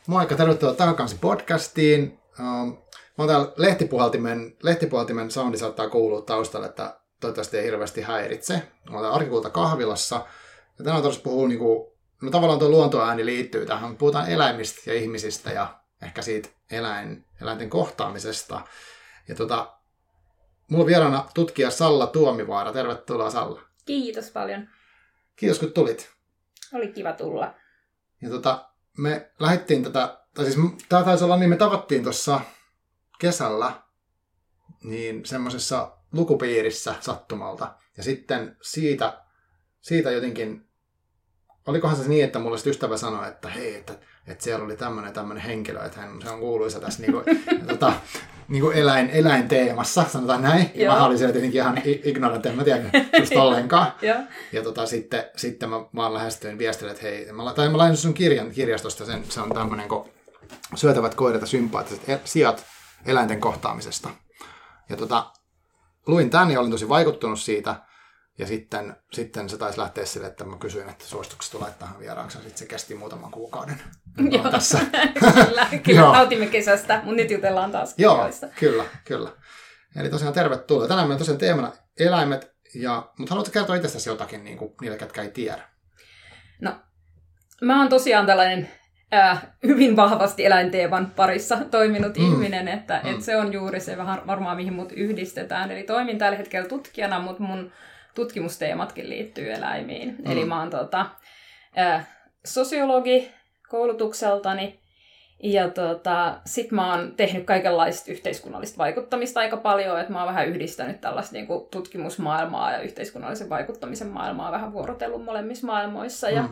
Moikka, tervetuloa Takakansi podcastiin. Mä oon täällä lehtipuhaltimen soundi saattaa kuulua taustalle, että toivottavasti ei hirveästi häiritse. Mä oon täällä Arkikulta kahvilassa. Ja tänään on tarvitsisi puhua, tavallaan tuo luontoääni liittyy tähän. Puhutaan eläimistä ja ihmisistä ja ehkä siitä eläinten kohtaamisesta. Ja mulla on vieraana tutkija Salla Tuomivaara. Tervetuloa, Salla. Kiitos paljon. Kiitos kun tulit. Oli kiva tulla. Ja me lähdettiin tää taisi olla niin, me tavattiin tuossa kesällä niin semmoisessa lukupiirissä sattumalta. Ja sitten siitä jotenkin, olikohan se niin, että mulle ystävä sanoi, että hei, että siellä oli tämmöinen henkilö, että se on kuuluisa tässä niinku eläinteemassa, sanotaan näin. Ja mä olin siellä tietenkin ihan ignorant, en mä tiedä just ollenkaan. Ja sitten mä vaan lähestyin viestille, että hei, mä lainasin sun kirjan kirjastosta, se on tämmöinen, kun syötävät koirat ja sympaattiset sijat eläinten kohtaamisesta. Ja luin tämän ja olin tosi vaikuttunut siitä. Ja sitten se taisi lähteä sille, että mä kysyin, että suosituksesta tulla tähän vieraaksi. Sitten se kesti muutaman kuukauden. Joo, tässä. Kyllä nautimme kesästä, mutta nyt jutellaan taas kirjoista. Joo, kyllä. Eli tosiaan tervetuloa. Tänään meillä on tosiaan teemana eläimet. Mutta haluatko kertoa itsestäsi jotakin niin kuin niille, ketkä ei tiedä? No, mä oon tosiaan tällainen hyvin vahvasti eläinteeman parissa toiminut ihminen, että se on juuri se vähän varmaan, mihin mut yhdistetään. Eli toimin tällä hetkellä tutkijana, mutta mun tutkimusteematkin liittyy eläimiin. Eli mä oon sosiologi koulutukseltani ja sit mä oon tehnyt kaikenlaista yhteiskunnallista vaikuttamista aika paljon, että mä oon vähän yhdistänyt tällaista niinku tutkimusmaailmaa ja yhteiskunnallisen vaikuttamisen maailmaa, vähän vuorotellut molemmissa maailmoissa. Ja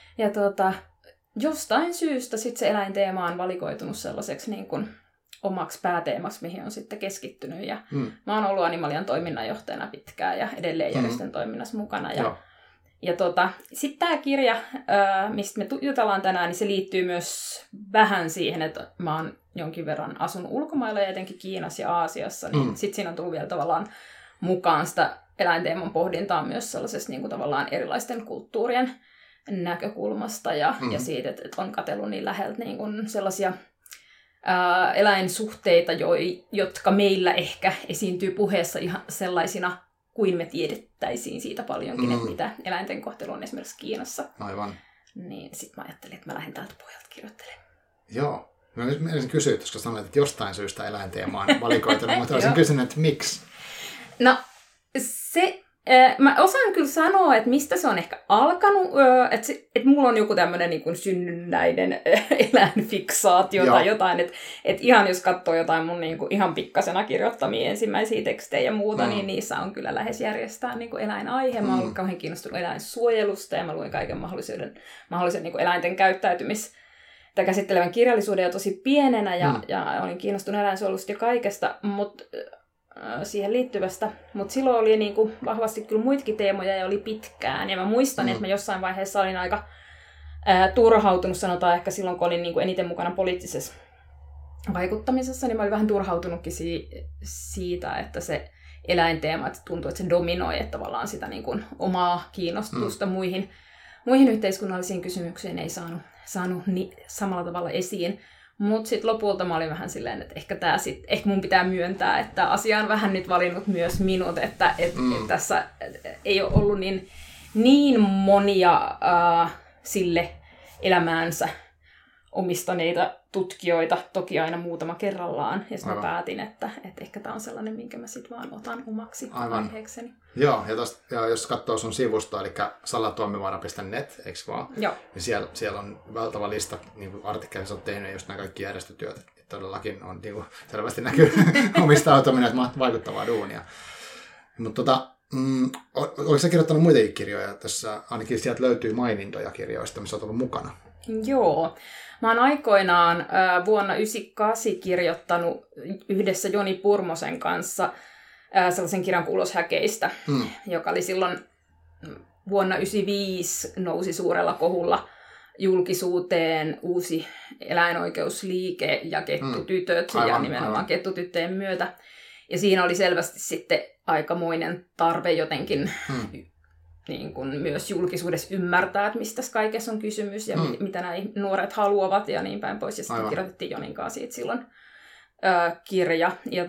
jostain syystä sit se eläinteema on valikoitunut sellaiseksi niin kuin omaksi pääteemaksi, mihin on sitten keskittynyt. Ja mä oon ollut Animalian toiminnanjohtajana pitkään ja edelleen järjestön toiminnassa mukana. Ja sitten tämä kirja, mistä me jutellaan tänään, niin se liittyy myös vähän siihen, että mä oon jonkin verran asunut ulkomailla ja etenkin Kiinassa ja Aasiassa. Niin sitten siinä on tullut vielä tavallaan mukaan sitä eläinteeman pohdintaa myös sellaisesta niin kuin tavallaan erilaisten kulttuurien näkökulmasta ja siitä, että on katsellut niin läheltä niin kuin sellaisia eläinsuhteita, jotka meillä ehkä esiintyy puheessa ihan sellaisina kuin me tiedettäisiin siitä paljonkin, että mitä eläinten kohtelu on esimerkiksi Kiinassa. Aivan. Niin sitten mä ajattelin, että mä lähden täältä pohjalta kirjoittelemaan. Joo. Mä olisin kysynyt, koska sanoit, että jostain syystä eläinteema on valikoitunut, mutta olisin kysynyt, että miksi? No, mä osaan kyllä sanoa, että mistä se on ehkä alkanut, että mulla on joku tämmöinen niin kuin synnynnäinen eläinfiksaatio tai jotain, että ihan jos katsoo jotain mun niin kuin ihan pikkasena kirjoittamia ensimmäisiä tekstejä ja muuta, niin niissä on kyllä lähes järjestää niin kuin eläinaihe. Mä oon ollut kauhean kiinnostunut eläinsuojelusta ja mä luin kaiken mahdollisen niin kuin eläinten käyttäytymistä käsittelevän kirjallisuuden jo tosi pienenä ja olin kiinnostunut eläinsuojelusta ja kaikesta, mutta siihen liittyvästä, mutta silloin oli niin kuin vahvasti kyllä muitakin teemoja ja oli pitkään. Ja mä muistan, että mä jossain vaiheessa olin aika turhautunut, sanotaan ehkä silloin, kun olin niin kuin eniten mukana poliittisessa vaikuttamisessa, niin mä olin vähän turhautunutkin siitä, että se eläinteema, että tuntui, että se dominoi, että tavallaan sitä niin kuin omaa kiinnostusta muihin yhteiskunnallisiin kysymyksiin ei saanut samalla tavalla esiin. Mutta sitten lopulta mä olin vähän silleen, että ehkä mun pitää myöntää, että asia on vähän nyt valinnut myös minut, että tässä ei ole ollut niin monia sille elämäänsä omistaneita tutkijoita, toki aina muutama kerrallaan. Ja sitten mä päätin, että ehkä tämä on sellainen, minkä mä sitten vaan otan omaksi aiheekseni. Joo, ja jos katsoo sun sivustoa, eli sallatuomivaara.net, eikö vaan? Joo. Niin siellä on valtava lista niin artikkelissa on tehnyt just nämä kaikki järjestötyöt. Todellakin on niin kuin, selvästi näkyy omistautuminen, että vaikuttavaa duunia. Mutta oliko sä kirjoittanut muitakin kirjoja? Tässä ainakin sieltä löytyy mainintoja kirjoista, missä olet ollut mukana. Joo. Mä oon aikoinaan vuonna 1998 kirjoittanut yhdessä Joni Purmosen kanssa sellaisen kirjan kuin Ulos häkeistä, joka oli silloin vuonna 1995 nousi suurella kohulla julkisuuteen uusi eläinoikeusliike ja kettutytöt ja nimenomaan kettutyttöjen myötä. Ja siinä oli selvästi sitten aikamoinen tarve jotenkin niin kuin myös julkisuudessa ymmärtää, että mistä kaikessa on kysymys ja mitä nämä nuoret haluavat ja niin päin pois. Ja sitten kirjoitettiin Jonin kanssa siitä silloin kirja. Ja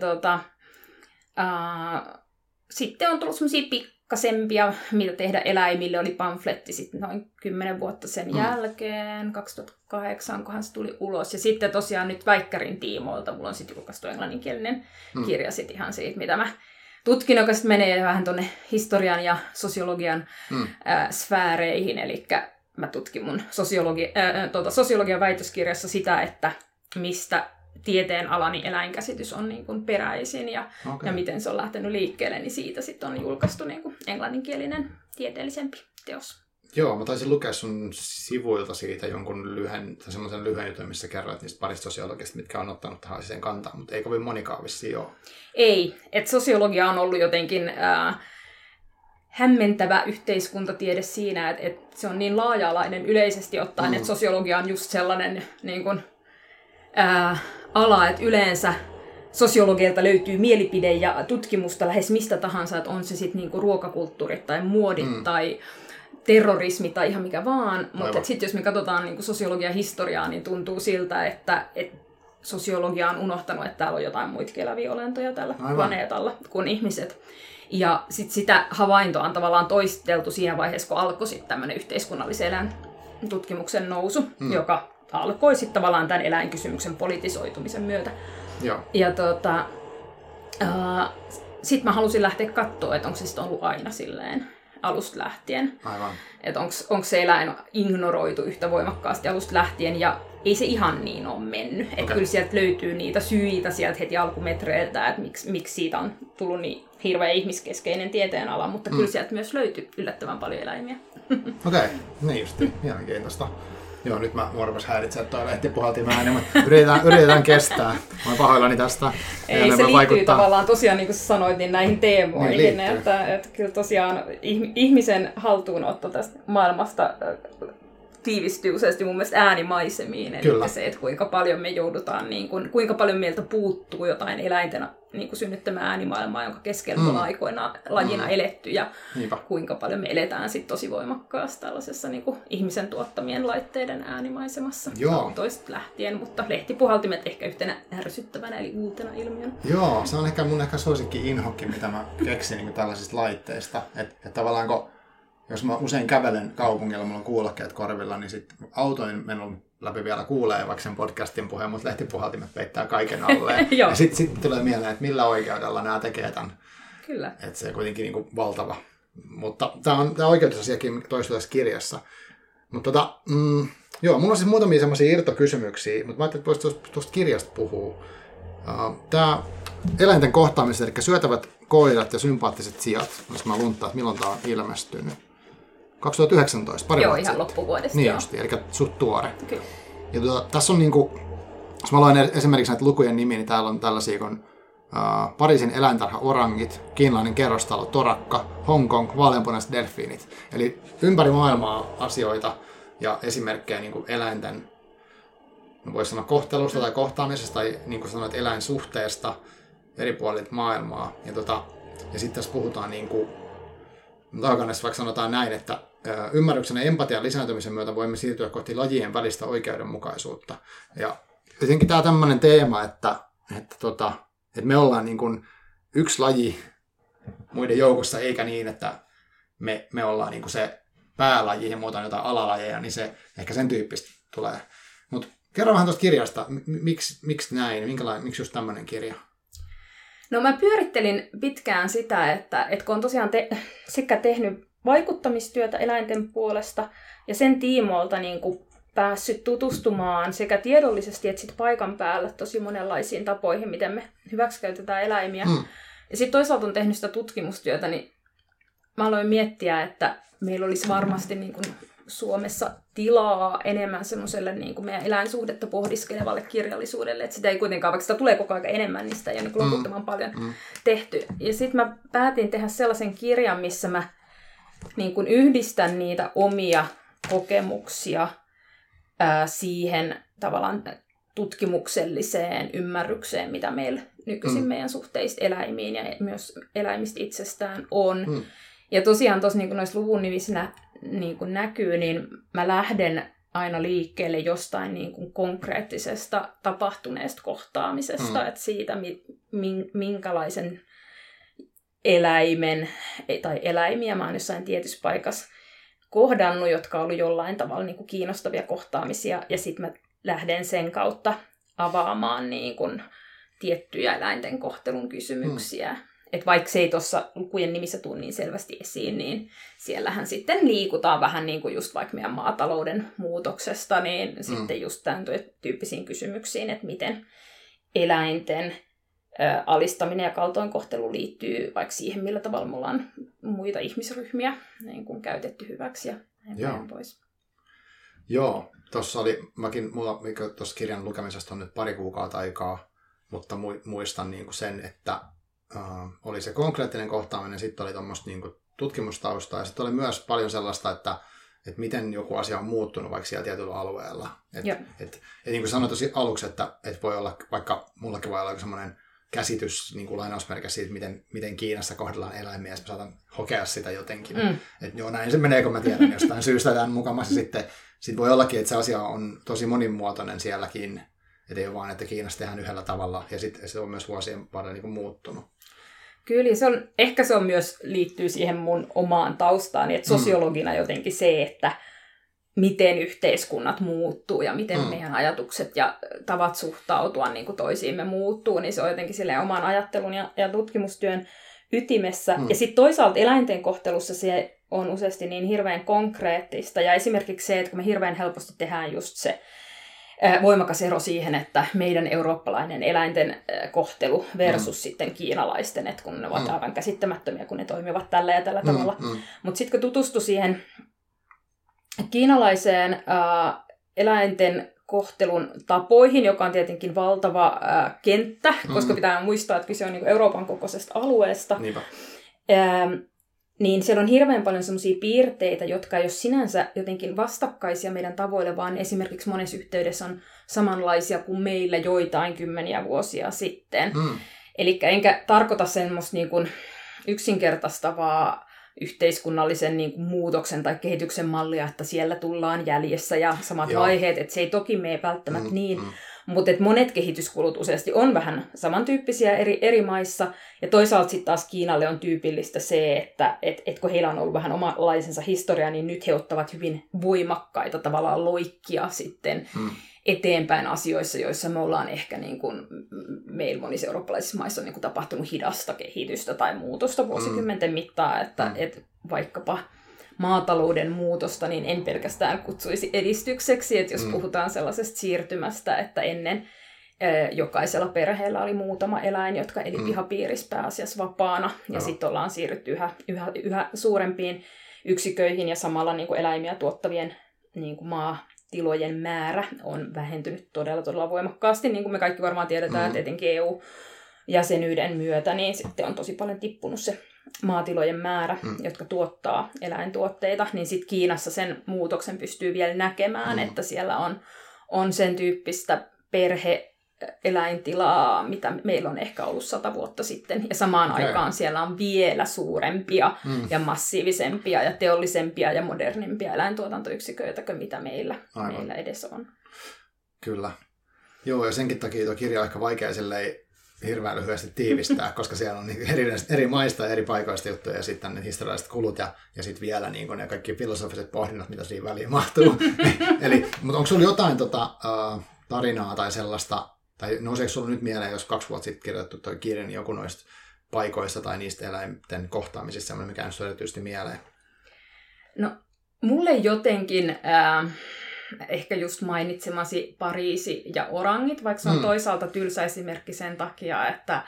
sitten on tullut semmoisia pikkasempia, mitä tehdä eläimille. Oli pamfletti sitten noin 10 vuotta sen jälkeen, 2008, kunhan se tuli ulos. Ja sitten tosiaan nyt Väikkärin tiimoilta mulla on sitten julkaistu englanninkielinen kirja sit ihan siitä, mitä mä tutkin, joka sitten menee vähän tuonne historian ja sosiologian sfääreihin. Eli mä tutkin mun sosiologian väitöskirjassa sitä, että mistä tieteen alani eläinkäsitys on niin kuin peräisin ja miten se on lähtenyt liikkeelle, niin siitä sitten on julkaistu niin kuin englanninkielinen tieteellisempi teos. Joo, mä taisin lukea sun sivuilta siitä jonkun semmoisen lyhyen jutun, missä kerroit niistä parista sosiologista, mitkä on ottanut tähän asiaan kantaa, mutta ei kovin monikaan vissiin ole. Ei, että sosiologia on ollut jotenkin hämmentävä yhteiskuntatiede siinä, että se on niin laaja-alainen yleisesti ottaen, että sosiologia on just sellainen niin kuin, ala, että yleensä sosiologialta löytyy mielipide ja tutkimusta lähes mistä tahansa, että on se sitten niinku ruokakulttuurit tai muodit tai terrorismi tai ihan mikä vaan. Mutta sitten jos me katsotaan niinku sosiologian historiaa, niin tuntuu siltä, että sosiologia on unohtanut, että täällä on jotain muitakin eläviä olentoja tällä planeetalla kuin ihmiset. Ja sitten sitä havaintoa on tavallaan toisteltu siinä vaiheessa, kun alkoi sitten tämmöinen yhteiskunnallisen eläintutkimuksen nousu, joka alkoi sitten tavallaan tämän eläinkysymyksen politisoitumisen myötä. Joo. Ja sitten mä halusin lähteä katsoa, että onko se sitten ollut aina silleen alusta lähtien. Aivan. Että onko se eläin ignoroitu yhtä voimakkaasti alusta lähtien, ja ei se ihan niin ole mennyt. Että kyllä sieltä löytyy niitä syitä sieltä heti alkumetreiltä, että miksi siitä on tullut niin hirveän ihmiskeskeinen tieteenala, mutta kyllä sieltä myös löytyy yllättävän paljon eläimiä. Okei, niin justiin. Mielenkiintoista. Joo, nyt mä rupesin häiritsemään, että toi lehtipuhaltimääni, mutta yritetään kestää. Mä oon pahoillani tästä. Ei, se liittyy tavallaan tosiaan, niin kuin sä sanoit, niin näihin teemoihin. Niin että kyllä tosiaan ihmisen haltuunotto tästä maailmasta tiivistyy useasti mun mielestä äänimaisemiin. Eli se, että kuinka paljon me joudutaan, kuinka paljon meiltä puuttuu jotain eläinten synnyttämää äänimaailmaa, jonka keskellä on aikoinaan lajina eletty, ja kuinka paljon me eletään sit tosi voimakkaasti tällaisessa ihmisen tuottamien laitteiden äänimaisemassa toista lähtien, mutta lehtipuhaltimet ehkä yhtenä ärsyttävänä eli uutena ilmiönä. Joo, se on ehkä mun suosikki inhokki, mitä mä keksin tällaisista laitteista, että tavallaan jos mä usein kävelen kaupungilla, mulla on kuulokkeet korvilla, niin sitten autoin menon läpi vielä kuulee vaikka sen podcastin puheen, mutta lehtipuhaltimet peittää kaiken alle. Ja sitten tulee mieleen, että millä oikeudella nämä tekee tämän. Kyllä. Että se on kuitenkin valtava. Mutta tämä oikeutusasiakin toistuu tässä kirjassa. Mutta mulla on siis muutamia semmoisia irtokysymyksiä, mutta mä ajattelin, että voisi tuosta kirjasta puhua. Tämä eläinten kohtaamiset, eli syötävät koirat ja sympaattiset sijat, jos mä luntaan, että milloin tämä on ilmestynyt. 2019, pari vuotta ihan loppuvuodesta. Niin justi, eli suht tuore. Kyllä. Ja tässä on jos mä luen esimerkiksi näitä lukujen nimiä, niin täällä on tällaisia kuin Pariisin eläintarha orangit, kiinalainen kerrostalo torakka, Hongkong, vaaleanpunaiset delfiinit. Eli ympäri maailmaa asioita ja esimerkkejä eläinten, voisi sanoa kohtelusta tai kohtaamisesta tai niin kuin sanoit, eläinsuhteesta eri puolilta maailmaa. Ja sitten tässä puhutaan taakannessa vaikka sanotaan näin, että ymmärryksen ja empatian lisääntymisen myötä voimme siirtyä kohti lajien välistä oikeudenmukaisuutta. Ja jotenkin tämä tämmöinen teema, että me ollaan yksi laji muiden joukossa, eikä niin, että me ollaan se päälaji ja muuta jotain alalajeja, niin se ehkä sen tyyppistä tulee. Mutta kerro vähän tuosta kirjasta, miksi näin, miksi just tämmöinen kirja? No mä pyörittelin pitkään sitä, että kun on tosiaan sekä tehnyt vaikuttamistyötä eläinten puolesta ja sen tiimoilta päässyt tutustumaan sekä tiedollisesti että sit paikan päällä tosi monenlaisiin tapoihin, miten me hyväksikäytetään eläimiä. Ja sitten toisaalta on tehnyt sitä tutkimustyötä, niin mä aloin miettiä, että meillä olisi varmasti Suomessa tilaa enemmän semmoiselle meidän eläinsuhdetta pohdiskelevalle kirjallisuudelle, että sitä ei kuitenkaan, vaikka sitä tulee koko ajan enemmän, niin sitä ei ole loputtoman paljon tehty. Ja sitten mä päätin tehdä sellaisen kirjan, missä mä yhdistän niitä omia kokemuksia siihen tavallaan tutkimukselliseen ymmärrykseen, mitä meillä nykyisin meidän suhteista eläimiin ja myös eläimistä itsestään on. Ja tosiaan tuossa niin noissa luvun nimissä niin näkyy, niin mä lähden aina liikkeelle jostain niin kuin konkreettisesta tapahtuneesta kohtaamisesta, että siitä, minkälaisen eläimen tai eläimiä mä oon jossain tietyssä paikassa kohdannut, jotka on ollut jollain tavalla niin kuin kiinnostavia kohtaamisia, ja sitten mä lähden sen kautta avaamaan niin kuin tiettyjä eläinten kohtelun kysymyksiä. Että vaikka se ei tuossa lukujen nimissä tule niin selvästi esiin, niin siellähän sitten liikutaan vähän niin kuin just vaikka meidän maatalouden muutoksesta, niin sitten just tämän tyyppisiin kysymyksiin, että miten eläinten alistaminen ja kaltoinkohtelu liittyy vaikka siihen, millä tavalla me ollaan muita ihmisryhmiä niin kuin käytetty hyväksi ja näin pois. Joo, tuossa oli, mulla tuossa kirjan lukemisesta on nyt pari kuukautta aikaa, mutta muistan niin kuin sen, että oli se konkreettinen kohtaaminen, sitten oli tuommoista niin kuin tutkimustaustaa ja sitten oli myös paljon sellaista, että miten joku asia on muuttunut vaikka siellä tietyllä alueella. Et niin kuin sanoin tosi aluksi, että voi olla, vaikka mullakin voi olla semmoinen käsitys niin kuin lainausmerkissä siitä, miten Kiinassa kohdellaan eläimiä, ja mä saatan hokea sitä jotenkin. Että joo, näin se menee, kun mä tiedän jostain syystä tämän mukamassa. Sitten voi ollakin, että se asia on tosi monimuotoinen sielläkin, että ei ole vaan, että Kiinassa tehdään yhdellä tavalla, ja sitten se on myös vuosien varrella niin kuin muuttunut. Kyllä, ehkä se on myös liittyy siihen mun omaan taustaani, että sosiologina jotenkin se, että miten yhteiskunnat muuttuu ja miten meidän ajatukset ja tavat suhtautua niin kuin toisiimme muuttuu, niin se on jotenkin silleen oman ajattelun ja tutkimustyön ytimessä. Ja sitten toisaalta eläinten kohtelussa se on useasti niin hirveän konkreettista. Ja esimerkiksi se, että kun me hirveän helposti tehdään just se voimakas ero siihen, että meidän eurooppalainen eläinten kohtelu versus sitten kiinalaisten, että kun ne ovat aivan käsittämättömiä, kun ne toimivat tällä ja tällä tavalla. Mutta sitten kun tutustui siihen kiinalaiseen eläinten kohtelun tapoihin, joka on tietenkin valtava kenttä, koska pitää muistaa, että kyse on niin kuin Euroopan kokoisesta alueesta, niin siellä on hirveän paljon sellaisia piirteitä, jotka ei ole sinänsä jotenkin vastakkaisia meidän tavoille, vaan esimerkiksi monessa yhteydessä on samanlaisia kuin meillä joitain kymmeniä vuosia sitten. Eli enkä tarkoita semmoista niin kuin yksinkertaistavaa yhteiskunnallisen niin kuin muutoksen tai kehityksen mallia, että siellä tullaan jäljessä ja samat vaiheet, että se ei toki mene välttämättä niin, mutta monet kehityskulut useasti on vähän samantyyppisiä eri maissa, ja toisaalta sitten taas Kiinalle on tyypillistä se, että kun heillä on ollut vähän omanlaisensa historia, niin nyt he ottavat hyvin voimakkaita tavallaan loikkia sitten eteenpäin asioissa, joissa me ollaan ehkä niin kuin, meillä monissa eurooppalaisissa maissa on niin kuin tapahtunut hidasta kehitystä tai muutosta vuosikymmenten mittaan, että vaikkapa maatalouden muutosta, niin en pelkästään kutsuisi edistykseksi, että jos puhutaan sellaisesta siirtymästä, että ennen jokaisella perheellä oli muutama eläin, jotka eli pihapiirissä pääasiassa vapaana, ja sitten ollaan siirrytty yhä suurempiin yksiköihin, ja samalla niin kuin eläimiä tuottavien niin kuin maatilojen määrä on vähentynyt todella voimakkaasti, niin kuin me kaikki varmaan tiedetään, että etenkin EU-jäsenyyden myötä, niin sitten on tosi paljon tippunut se maatilojen määrä, jotka tuottaa eläintuotteita, niin sitten Kiinassa sen muutoksen pystyy vielä näkemään, että siellä on sen tyyppistä perhe-eläintilaa, mitä meillä on ehkä ollut 100 vuotta sitten, ja samaan aikaan siellä on vielä suurempia ja massiivisempia ja teollisempia ja modernimpia eläintuotantoyksiköitä kuin mitä meillä edes on. Kyllä. Joo, ja senkin takia tuo kirja on ehkä vaikea hirveän lyhyesti tiivistää, koska siellä on eri maista ja eri paikoista juttuja ja sitten ne historialliset kulut ja sitten vielä niin ne kaikki filosofiset pohdinnat, mitä siinä väliin mahtuu. Mutta onko sinulla jotain tarinaa tai sellaista, tai nouseeko sinulla nyt mieleen, jos 2 vuotta sitten kirjoitettu tuo kirja, niin joku noista paikoista tai niistä eläinten kohtaamisista semmoinen, mikä on erityisesti mieleen? No, mulle jotenkin ehkä just mainitsemasi Pariisi ja orangit, vaikka se on toisaalta tylsä esimerkki sen takia, että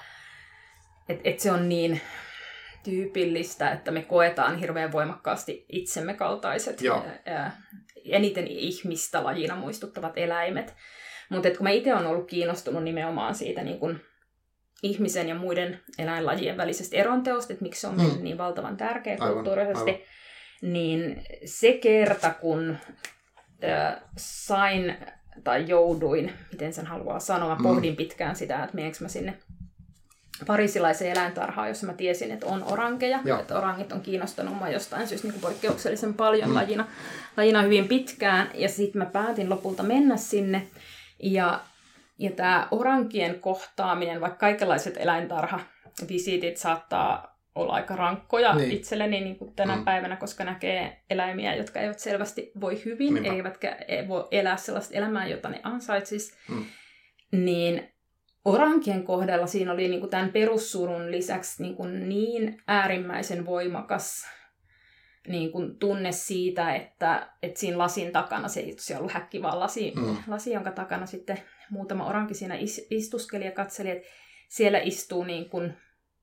se on niin tyypillistä, että me koetaan hirveän voimakkaasti itsemme kaltaiset, eniten ihmistä lajina muistuttavat eläimet. Mutta kun mä itse olen ollut kiinnostunut nimenomaan siitä niin kun ihmisen ja muiden eläinlajien välisestä eronteosta, että miksi se on meille niin valtavan tärkeä kulttuurisesti, niin se kerta, kun sain tai jouduin, miten sen haluaa sanoa, pohdin pitkään sitä, että meneekö mä sinne parisilaisen eläintarhaan, jossa mä tiesin, että on orankeja. Että orangit on kiinnostanut mua jostain syystä niin kuin poikkeuksellisen paljon lajina hyvin pitkään. Ja sitten mä päätin lopulta mennä sinne. Ja tämä orankien kohtaaminen, vaikka kaikenlaiset eläintarhavisitit saattaa olla aika rankkoja itselleni niin kuin tänä päivänä, koska näkee eläimiä, jotka eivät selvästi voi hyvin, eivätkä voi elää sellaista elämää, jota ne ansaitsis. Niin orankien kohdalla siinä oli niin kuin tämän perussurun lisäksi niin äärimmäisen voimakas niin kuin tunne siitä, että siinä lasin takana, se ei tosiaan ollut häkki, vaan lasi, jonka takana sitten muutama oranki siinä istuskeli ja katseli, että siellä istuu niin kuin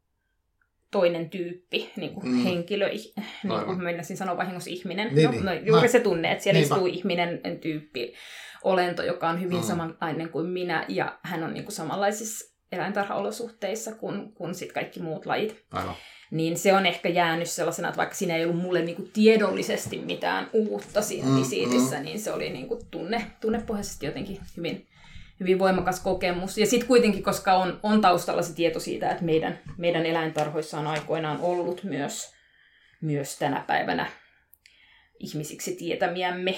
toinen tyyppi, niin kuin henkilö, niin kuin mennäisin sanoa vahingossa ihminen. Juuri se tunne, että siellä istuu ihminen tyyppi, olento, joka on hyvin samanlainen kuin minä, ja hän on niin kuin samanlaisissa eläintarhaolosuhteissa kuin sit kaikki muut lajit. Aivan. Niin se on ehkä jäänyt sellaisena, että vaikka siinä ei ollut mulle niin kuin tiedollisesti mitään uutta siinä visiitissä, niin se oli niin kuin tunnepohjaisesti jotenkin hyvin voimakas kokemus. Ja sitten kuitenkin, koska on taustalla se tieto siitä, että meidän eläintarhoissa on aikoinaan ollut myös tänä päivänä ihmisiksi tietämiämme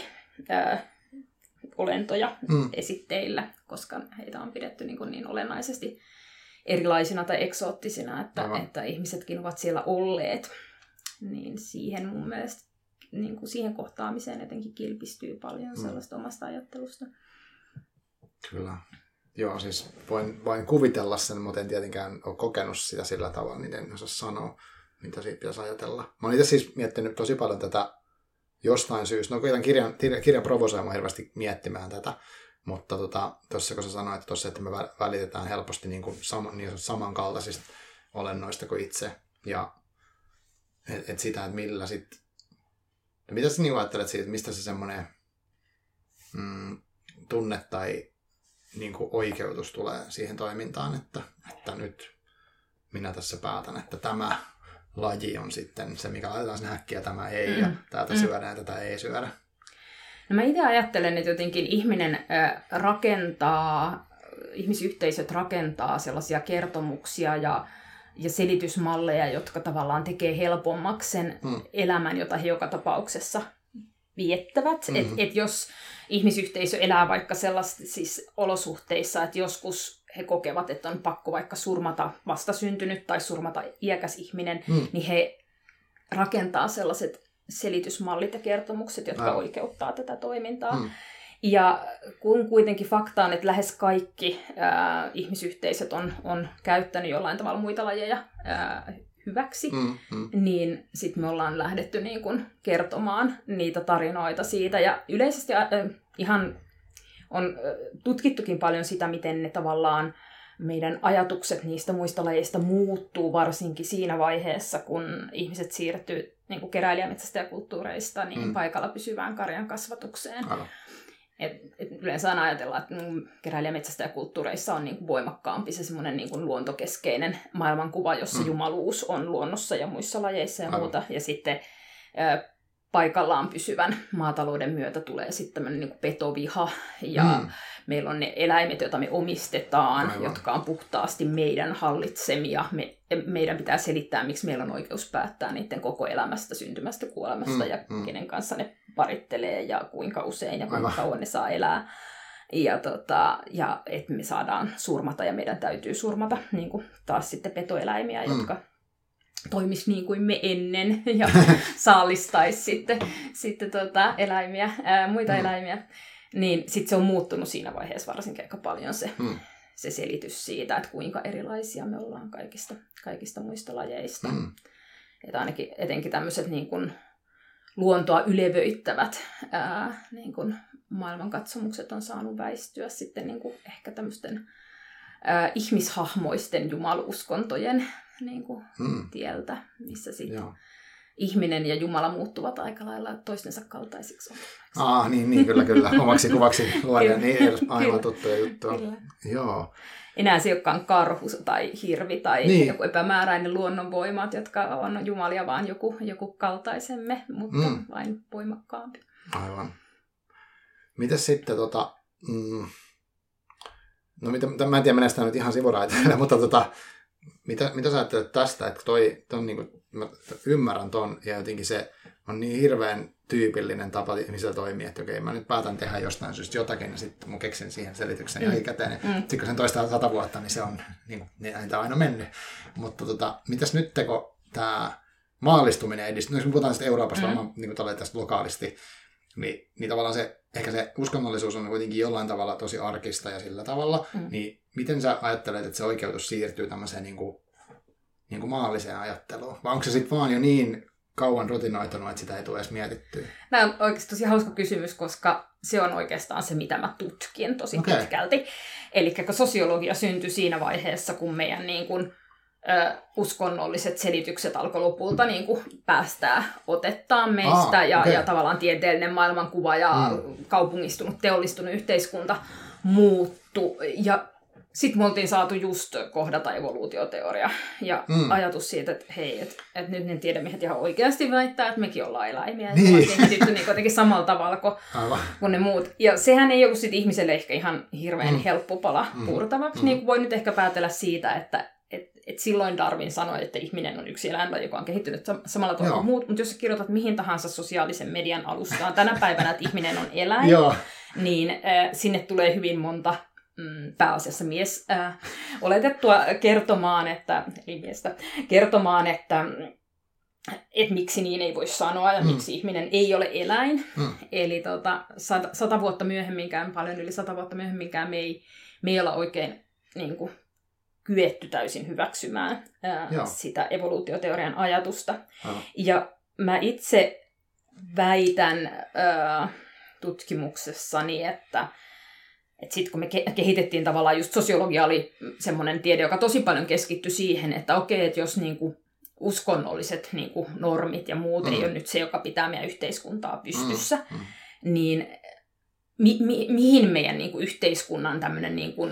olentoja esitteillä, koska heitä on pidetty niin olennaisesti erilaisina tai eksoottisina, että ihmisetkin ovat siellä olleet. Niin siihen mun mielestä niin kuin siihen kohtaamiseen jotenkin kilpistyy paljon sellaista omasta ajattelusta. Kyllä. Joo, siis voin kuvitella sen, mutta en tietenkään ole kokenut sitä sillä tavalla, niin en osaa sanoa, mitä siitä pitäisi ajatella. Mä oon itse siis miettinyt tosi paljon tätä jostain syystä. No tämän kirja provosoi mua hirveästi miettimään tätä, mutta tuossa kun sä sanoit, että me välitetään helposti niin samankaltaisista olennoista kuin itse, ja sitä, että millä sitten, mitä sä niin ajattelet siitä, että mistä se semmoinen tunne tai niin kuin oikeutus tulee siihen toimintaan, että nyt minä tässä päätän, että tämä laji on sitten se, mikä laitetaan sinne häkkiä, tämä ei, ja täältä syödään ja tätä ei syödä. No mä itse ajattelen, että jotenkin ihmisyhteisöt rakentaa sellaisia kertomuksia ja selitysmalleja, jotka tavallaan tekee helpommaksi sen elämän, jota he joka tapauksessa viettävät. Et jos ihmisyhteisö elää vaikka sellaisissa olosuhteissa, että joskus he kokevat, että on pakko vaikka surmata vastasyntynyt tai surmata iäkäs ihminen, niin he rakentaa sellaiset selitysmallit ja kertomukset, jotka oikeuttaa tätä toimintaa. Ja kun kuitenkin fakta on, että lähes kaikki ihmisyhteisöt on käyttänyt jollain tavalla muita lajeja hyväksi, niin sitten me ollaan lähdetty niin kun kertomaan niitä tarinoita siitä. Ja yleisesti ihan on tutkittukin paljon sitä, miten ne tavallaan meidän ajatukset niistä muista lajeista muuttuu varsinkin siinä vaiheessa, kun ihmiset siirtyy niin kuin keräilijämetsästäjäkulttuureista niin paikalla pysyvään karjan kasvatukseen. Yleensä aina ajatellaan, että keräilijämetsästäjäkulttuureissa on niin kuin voimakkaampi se semmoinen niin kuin luontokeskeinen maailmankuva, jossa jumaluus on luonnossa ja muissa lajeissa ja muuta. Ja sitten paikallaan pysyvän maatalouden myötä tulee sitten tämmöinen niin kuin petoviha ja meillä on ne eläimet, joita me omistetaan, jotka on puhtaasti meidän hallitsemia. Meidän pitää selittää, miksi meillä on oikeus päättää niiden koko elämästä, syntymästä, kuolemasta ja kenen kanssa ne parittelee ja kuinka usein ja kuinka kauan ne saa elää. Ja että me saadaan surmata ja meidän täytyy surmata niin kuin taas sitten petoeläimiä, jotka toimisi niin kuin me ennen ja saalistaisi sitten eläimiä, muita eläimiä. Niin sitten se on muuttunut siinä vaiheessa varsinkin aika paljon se selitys siitä, että kuinka erilaisia me ollaan kaikista muista lajeista. Että ainakin etenkin tämmöiset niin kuin luontoa ylevöittävät niin kuin maailmankatsomukset on saanut väistyä sitten niin kuin ehkä tämmöisten ihmishahmoisten jumaluuskontojen niin kuin tieltä, missä sitten ihminen ja Jumala muuttuvat aika lailla toistensa kaltaisiksi. Niin, kyllä. Omaksi kuvaksi luodaan niin aivan tuttuja juttuja. Joo. Enää se ei olekaan karhu tai hirvi tai joku epämääräinen luonnonvoimat, jotka on jumalia, vaan joku kaltaisemme, mutta vain voimakkaampi. Aivan. Mitäs sitten no mä en tiedä, menee sitä nyt ihan sivuraiteille, mutta mitä sä ajattelet tästä, että ton niin kuin, mä ymmärrän ton, ja jotenkin se on niin hirveän tyypillinen tapa ihmisellä toimia, että okei, mä nyt päätän tehdä jostain syystä jotakin, ja sitten mä keksin siihen selityksen jälkikäteen. Sitten kun sen toistaa 100 vuotta, niin se on niin näin aina mennyt. Mutta mitäs nyt tämä maallistuminen edistyy? No, jos me puhutaan tästä Euroopasta, niin kuin tästä lokaalisti, niin tavallaan ehkä se uskonnollisuus on kuitenkin jollain tavalla tosi arkista ja sillä tavalla, niin miten sä ajattelet, että se oikeutus siirtyy tämmöiseen niin kuin maalliseen ajatteluun? Vai onko se sitten vaan jo niin kauan rutinoitunut, että sitä ei tule edes mietittyä? Tämä on oikeasti tosi hauska kysymys, koska se on oikeastaan se, mitä mä tutkin tosi pitkälti. Eli sosiologia syntyi siinä vaiheessa, kun meidän niin kuin, uskonnolliset selitykset alkoi lopulta niin kuin päästää otettaan meistä ja tavallaan tieteellinen maailmankuva ja kaupungistunut, teollistunut yhteiskunta muuttu. Ja sitten me oltiin saatu just kohdata evoluutioteoria ja ajatus siitä, että hei, että nyt ne tiedemiehet ihan oikeasti väittää, että mekin ollaan eläimiä. Ja ollaan kehitytty niin kuitenkin samalla tavalla kuin ne muut. Ja sehän ei ollut sit ihmiselle ehkä ihan hirveän helppo pala purtavaksi. Niin kuin voi nyt ehkä päätellä siitä, että silloin Darwin sanoi, että ihminen on yksi eläinlaji, joka on kehittynyt samalla tavalla kuin muut. Mutta jos sä kirjoitat mihin tahansa sosiaalisen median alustaan tänä päivänä, että ihminen on eläin, niin sinne tulee hyvin monta pääasiassa oletettua kertomaan, että miksi niin ei voi sanoa ja miksi ihminen ei ole eläin. Eli 100 vuotta myöhemminkään, paljon yli 100 vuotta myöhemminkään me ei olla oikein niin kuin kyetty täysin hyväksymään sitä evoluutioteorian ajatusta. Ja mä itse väitän tutkimuksessani, että sitten kun me kehitettiin tavallaan just sosiologia oli semmoinen tiede, joka tosi paljon keskittyi siihen, että okei, että jos niinku uskonnolliset niinku normit ja muut ei ole nyt se, joka pitää meidän yhteiskuntaa pystyssä, niin mihin meidän niinku yhteiskunnan tämmöinen niinku,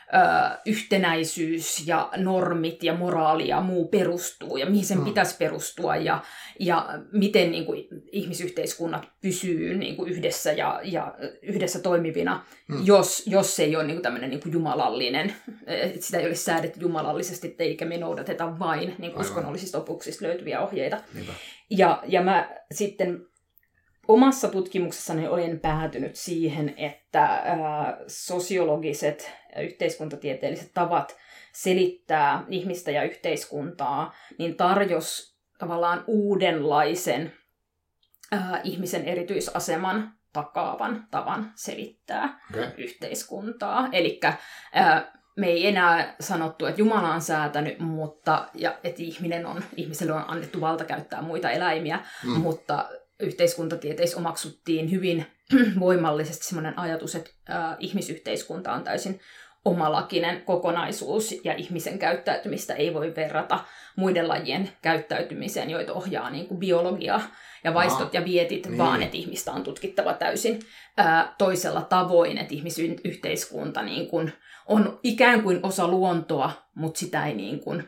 yhtenäisyys ja normit ja moraali ja muu perustuu ja mihin sen pitäisi perustua ja miten niin kuin, ihmisyhteiskunnat pysyy niin kuin, yhdessä ja yhdessä toimivina, jos se ei ole niin kuin, tämmöinen niin kuin jumalallinen, että sitä ei ole säädetty jumalallisesti eikä me noudateta vain niin kuin, uskonnollisista opuksista löytyviä ohjeita. Ja mä sitten omassa tutkimuksessani olen päätynyt siihen, että sosiologiset ja yhteiskuntatieteelliset tavat selittää ihmistä ja yhteiskuntaa, niin tarjosi tavallaan uudenlaisen ihmisen erityisaseman takaavan tavan selittää yhteiskuntaa. Eli me ei enää sanottu, että Jumala on säätänyt, että ihmiselle on annettu valta käyttää muita eläimiä, mutta yhteiskuntatieteissä omaksuttiin hyvin voimallisesti sellainen ajatus, että ihmisyhteiskunta on täysin omalakinen kokonaisuus ja ihmisen käyttäytymistä ei voi verrata muiden lajien käyttäytymiseen, joita ohjaa niin kuin biologia ja vaistot ja vietit, vaan että ihmistä on tutkittava täysin toisella tavoin, että ihmisyhteiskunta niin kuin on ikään kuin osa luontoa, mutta sitä ei niin kuin,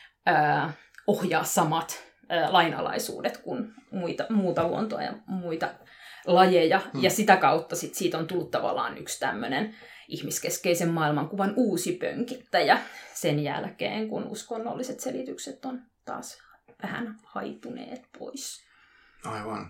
ohjaa samat lainalaisuudet kuin muuta luontoa ja muita lajeja. Ja sitä kautta siitä on tullut tavallaan yksi tämmöinen ihmiskeskeisen maailmankuvan uusi pönkittäjä sen jälkeen, kun uskonnolliset selitykset on taas vähän haituneet pois. Aivan.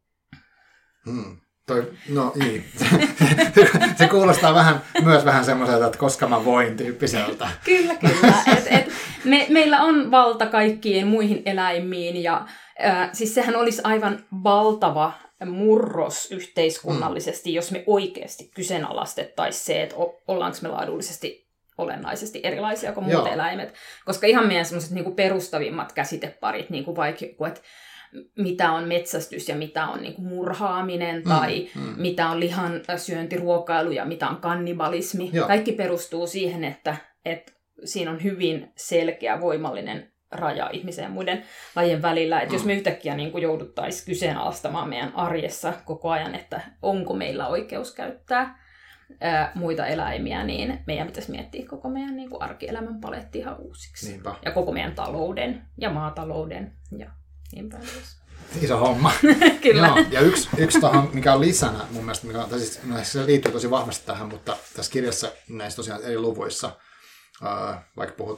No niin. Se kuulostaa myös vähän semmoiselta, että koska mä voin tyyppiseltä. Kyllä. Meillä on valta kaikkiin muihin eläimiin ja siis sehän olisi aivan valtava murros yhteiskunnallisesti, jos me oikeasti kyseenalaistettaisiin se, että ollaanko me laadullisesti olennaisesti erilaisia kuin muut eläimet. Koska ihan meidän semmoiset niinku perustavimmat käsiteparit, niinku vaikka että mitä on metsästys ja mitä on niinku murhaaminen tai mitä on lihan syöntiruokailu ja mitä on kannibalismi. Kaikki perustuu siihen, että siinä on hyvin selkeä voimallinen raja ihmisen ja muiden lajien välillä. Että jos me yhtäkkiä niin kuin jouduttaisiin kyseenalaistamaan meidän arjessa koko ajan, että onko meillä oikeus käyttää muita eläimiä, niin meidän pitäisi miettiä koko meidän niin kuin arkielämän paletti ihan uusiksi. Niinpä. Ja koko meidän talouden ja maatalouden ja niin päin. Iso homma. Kyllä. Joo, ja yksi tohon, mikä on lisänä mun mielestä, se liittyy tosi vahvasti tähän, mutta tässä kirjassa näissä tosiaan eri luvuissa, vaikka puhutaan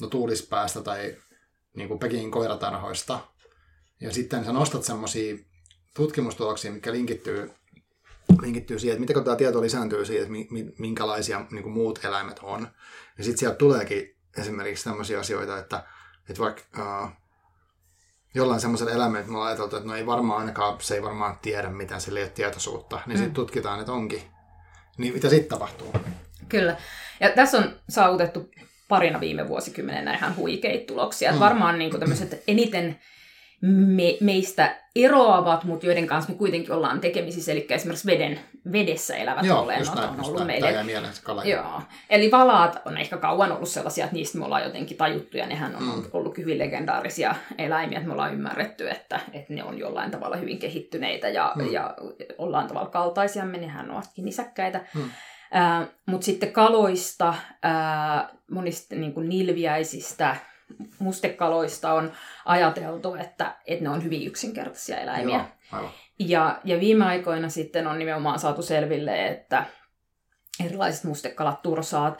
tuulispäästä tai niin kuin Pekingin koiratarhoista. Ja sitten sä nostat semmoisia tutkimustuloksia, mitkä linkittyy siihen, että miten tämä tieto lisääntyy siihen, että minkälaisia niin kuin muut eläimet on. Ja sitten sieltä tuleekin esimerkiksi tämmöisiä asioita, että vaikka jollain semmoisella eläimellä, me ollaan ajateltu, että no ei varmaan ainakaan, se ei varmaan tiedä mitään, sillä ei ole tietoisuutta, niin sitten tutkitaan, että onkin. Niin mitä sitten tapahtuu? Kyllä. Ja tässä on saavutettu parina viime vuosikymmenenä ihan huikeita tuloksia. Varmaan niin kuin tämmöiset eniten meistä eroavat, mutta joiden kanssa me kuitenkin ollaan tekemisissä, eli esimerkiksi vedessä elävät olennot on ollut meille. Joo. Eli valaat on ehkä kauan ollut sellaisia, että niistä me ollaan jotenkin tajuttu, ja nehän on ollut hyvin legendaarisia eläimiä, että me ollaan ymmärretty, että ne on jollain tavalla hyvin kehittyneitä ja ollaan tavalla kaltaisiamme, nehän ovatkin nisäkkäitä. Mutta sitten kaloista, monista niin kuin nilviäisistä, mustekaloista on ajateltu, että ne on hyvin yksinkertaisia eläimiä. Ja viime aikoina sitten on nimenomaan saatu selville, että erilaiset mustekalat, tursaat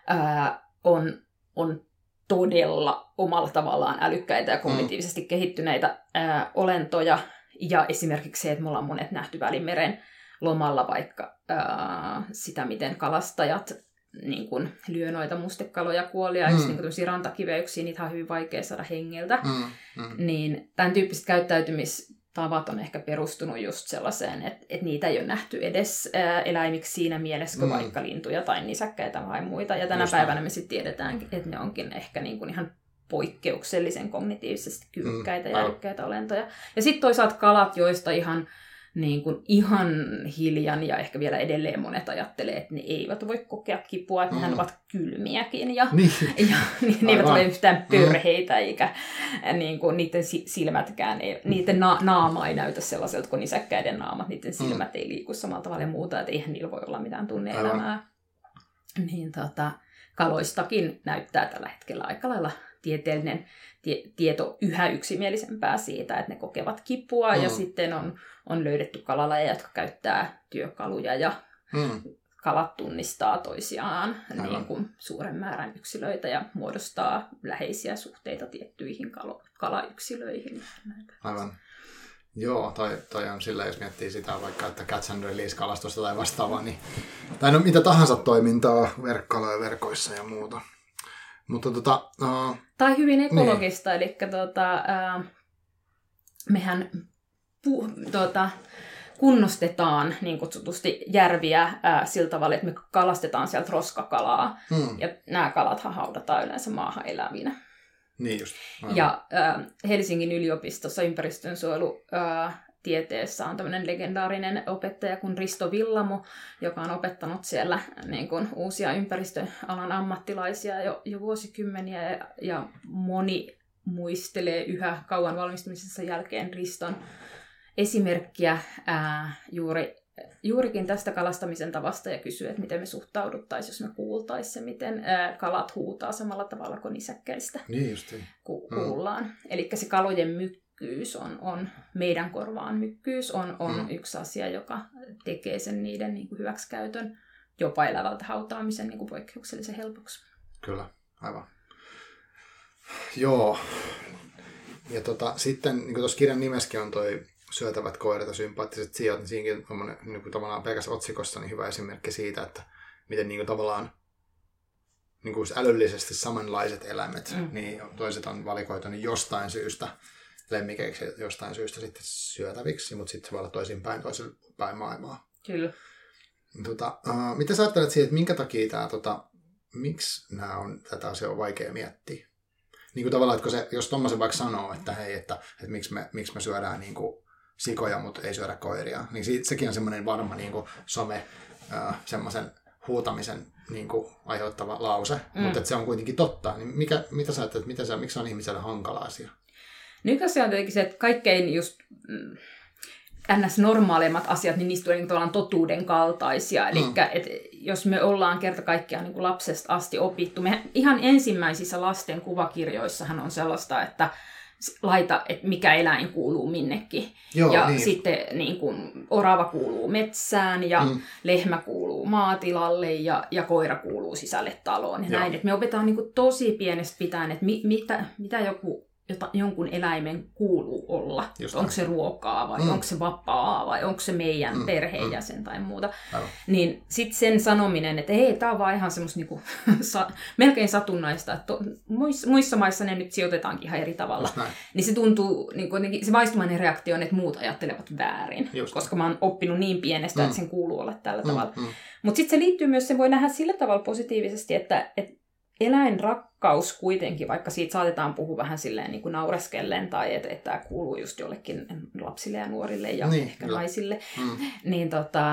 on todella omalla tavallaan älykkäitä ja kognitiivisesti kehittyneitä olentoja. Ja esimerkiksi se, että me ollaan monet nähty Välimeren lomalla vaikka sitä, miten kalastajat niin kun lyö noita mustekaloja kuoliaiksi, niin tämmöisiä rantakiveyksiä, niitä on hyvin vaikea saada hengeltä. Niin tämän tyyppiset käyttäytymistavat on ehkä perustunut just sellaiseen, että niitä ei ole nähty edes eläimiksi siinä mielessä, kuin vaikka lintuja tai nisäkkäitä tai muita. Ja tänä päivänä me sitten tiedetään, että ne onkin ehkä niin kuin ihan poikkeuksellisen kognitiivisesti kyvykkäitä ja älykkäitä olentoja. Ja sitten toisaalta kalat, joista ihan hiljan ja ehkä vielä edelleen monet ajattelee, että ne eivät voi kokea kipua, että nehän ovat kylmiäkin ja ne eivät ole yhtään pörheitä, eikä niin kuin, niiden silmätkään, niiden naama ei näytä sellaiselta kuin nisäkkäiden naamat, niiden silmät ei liiku samalla tavalla ja muuta, että eihän niillä voi olla mitään tunne-elämää. Niin kaloistakin näyttää tällä hetkellä aika lailla tieteellinen tieto yhä yksimielisempää siitä, että ne kokevat kipua ja sitten on löydetty kalalajeja, jotka käyttää työkaluja ja kalat tunnistaa toisiaan niin kuin suuren määrän yksilöitä ja muodostaa läheisiä suhteita tiettyihin kalayksilöihin. Aivan. Joo, tai on sillä, jos miettii sitä vaikka, että catch and release -kalastusta tai vastaavaa, niin, tai no mitä tahansa toimintaa verkkaloja verkoissa ja muuta. Mutta tai hyvin ekologista, niin. Eli mehän kunnostetaan niin kutsutusti järviä sillä tavalla, että me kalastetaan sieltä roskakalaa, ja nämä kalathan haudataan yleensä maahan elävinä. Niin just. Ja Helsingin yliopistossa ympäristönsuojelutieteessä on tämmöinen legendaarinen opettaja kuin Risto Villamo, joka on opettanut siellä niin kuin uusia ympäristöalan ammattilaisia jo vuosikymmeniä, ja moni muistelee yhä kauan valmistumisensa jälkeen Riston esimerkkiä juurikin tästä kalastamisen tavasta ja kysyy, että miten me suhtauduttaisiin, jos me kuultaisiin se, miten kalat huutaa samalla tavalla kuin nisäkkäistä kuullaan. Eli se kalojen mykkyys on meidän korvaan mykkyys on yksi asia, joka tekee sen niiden niin kuin hyväksikäytön jopa elävältä hautaamisen niin kuin poikkeuksellisen helpoksi. Kyllä, aivan. Joo. Ja sitten, niin kuin tuossa kirjan nimessäkin on toi syötävät koirat ja sympaattiset sijat, niin siinäkin on niin tavallaan pelkässä otsikossa niin hyvä esimerkki siitä, että miten niin kuin tavallaan niin kuin älyllisesti samanlaiset eläimet, niin toiset on valikoitu niin jostain syystä lemmikeiksi ja jostain syystä sitten syötäviksi, mutta sitten se voi olla toisinpäin maailmaa. Kyllä. Mitä sä ajattelet siitä, että minkä takia miksi tätä asiaa on vaikea miettiä? Niin kuin tavallaan, että jos tommoisen vaikka sanoo, että hei, että miksi me syödään niin kuin sikoja, mutta ei syödä koiria, niin sekin on semmoinen varma niin kuin semmoisen huutamisen niin kuin aiheuttava lause, mutta se on kuitenkin totta. Niin mitä sä ajattelet, miksi se on ihmiselle hankala asia? Nykyään on tietenkin se, että kaikkein just NS-normaalimmat asiat, niin niistä tulee tavallaan totuuden kaltaisia. Eli jos me ollaan kerta kaikkiaan niin kuin lapsesta asti opittu, me ihan ensimmäisissä lasten kuvakirjoissahan on sellaista, että laita, että mikä eläin kuuluu minnekin. Joo, ja niin. sitten niin kuin, orava kuuluu metsään ja lehmä kuuluu maatilalle ja koira kuuluu sisälle taloon. Ja näin. Et me opetaan niin kuin, tosi pienestä pitäen, että mitä jonkun eläimen kuuluu olla. Onko se ruokaa vai onko se vapaa vai onko se meidän perheenjäsen tai muuta. Niin sitten sen sanominen, että hei, tämä on vaan ihan semmoista niinku, melkein satunnaista, että muissa maissa ne nyt sijoitetaankin ihan eri tavalla. Niin se tuntuu, niin kuin, se vaistumainen reaktio on, että muut ajattelevat väärin. Koska mä oon oppinut niin pienestä, että sen kuuluu olla tällä tavalla. Mutta sitten se liittyy myös, se voi nähdä sillä tavalla positiivisesti, että eläinrakkaus kuitenkin, vaikka siitä saatetaan puhua vähän silleen niin kuin naureskellen, tai että tämä kuuluu just jollekin lapsille ja nuorille ja ehkä naisille, niin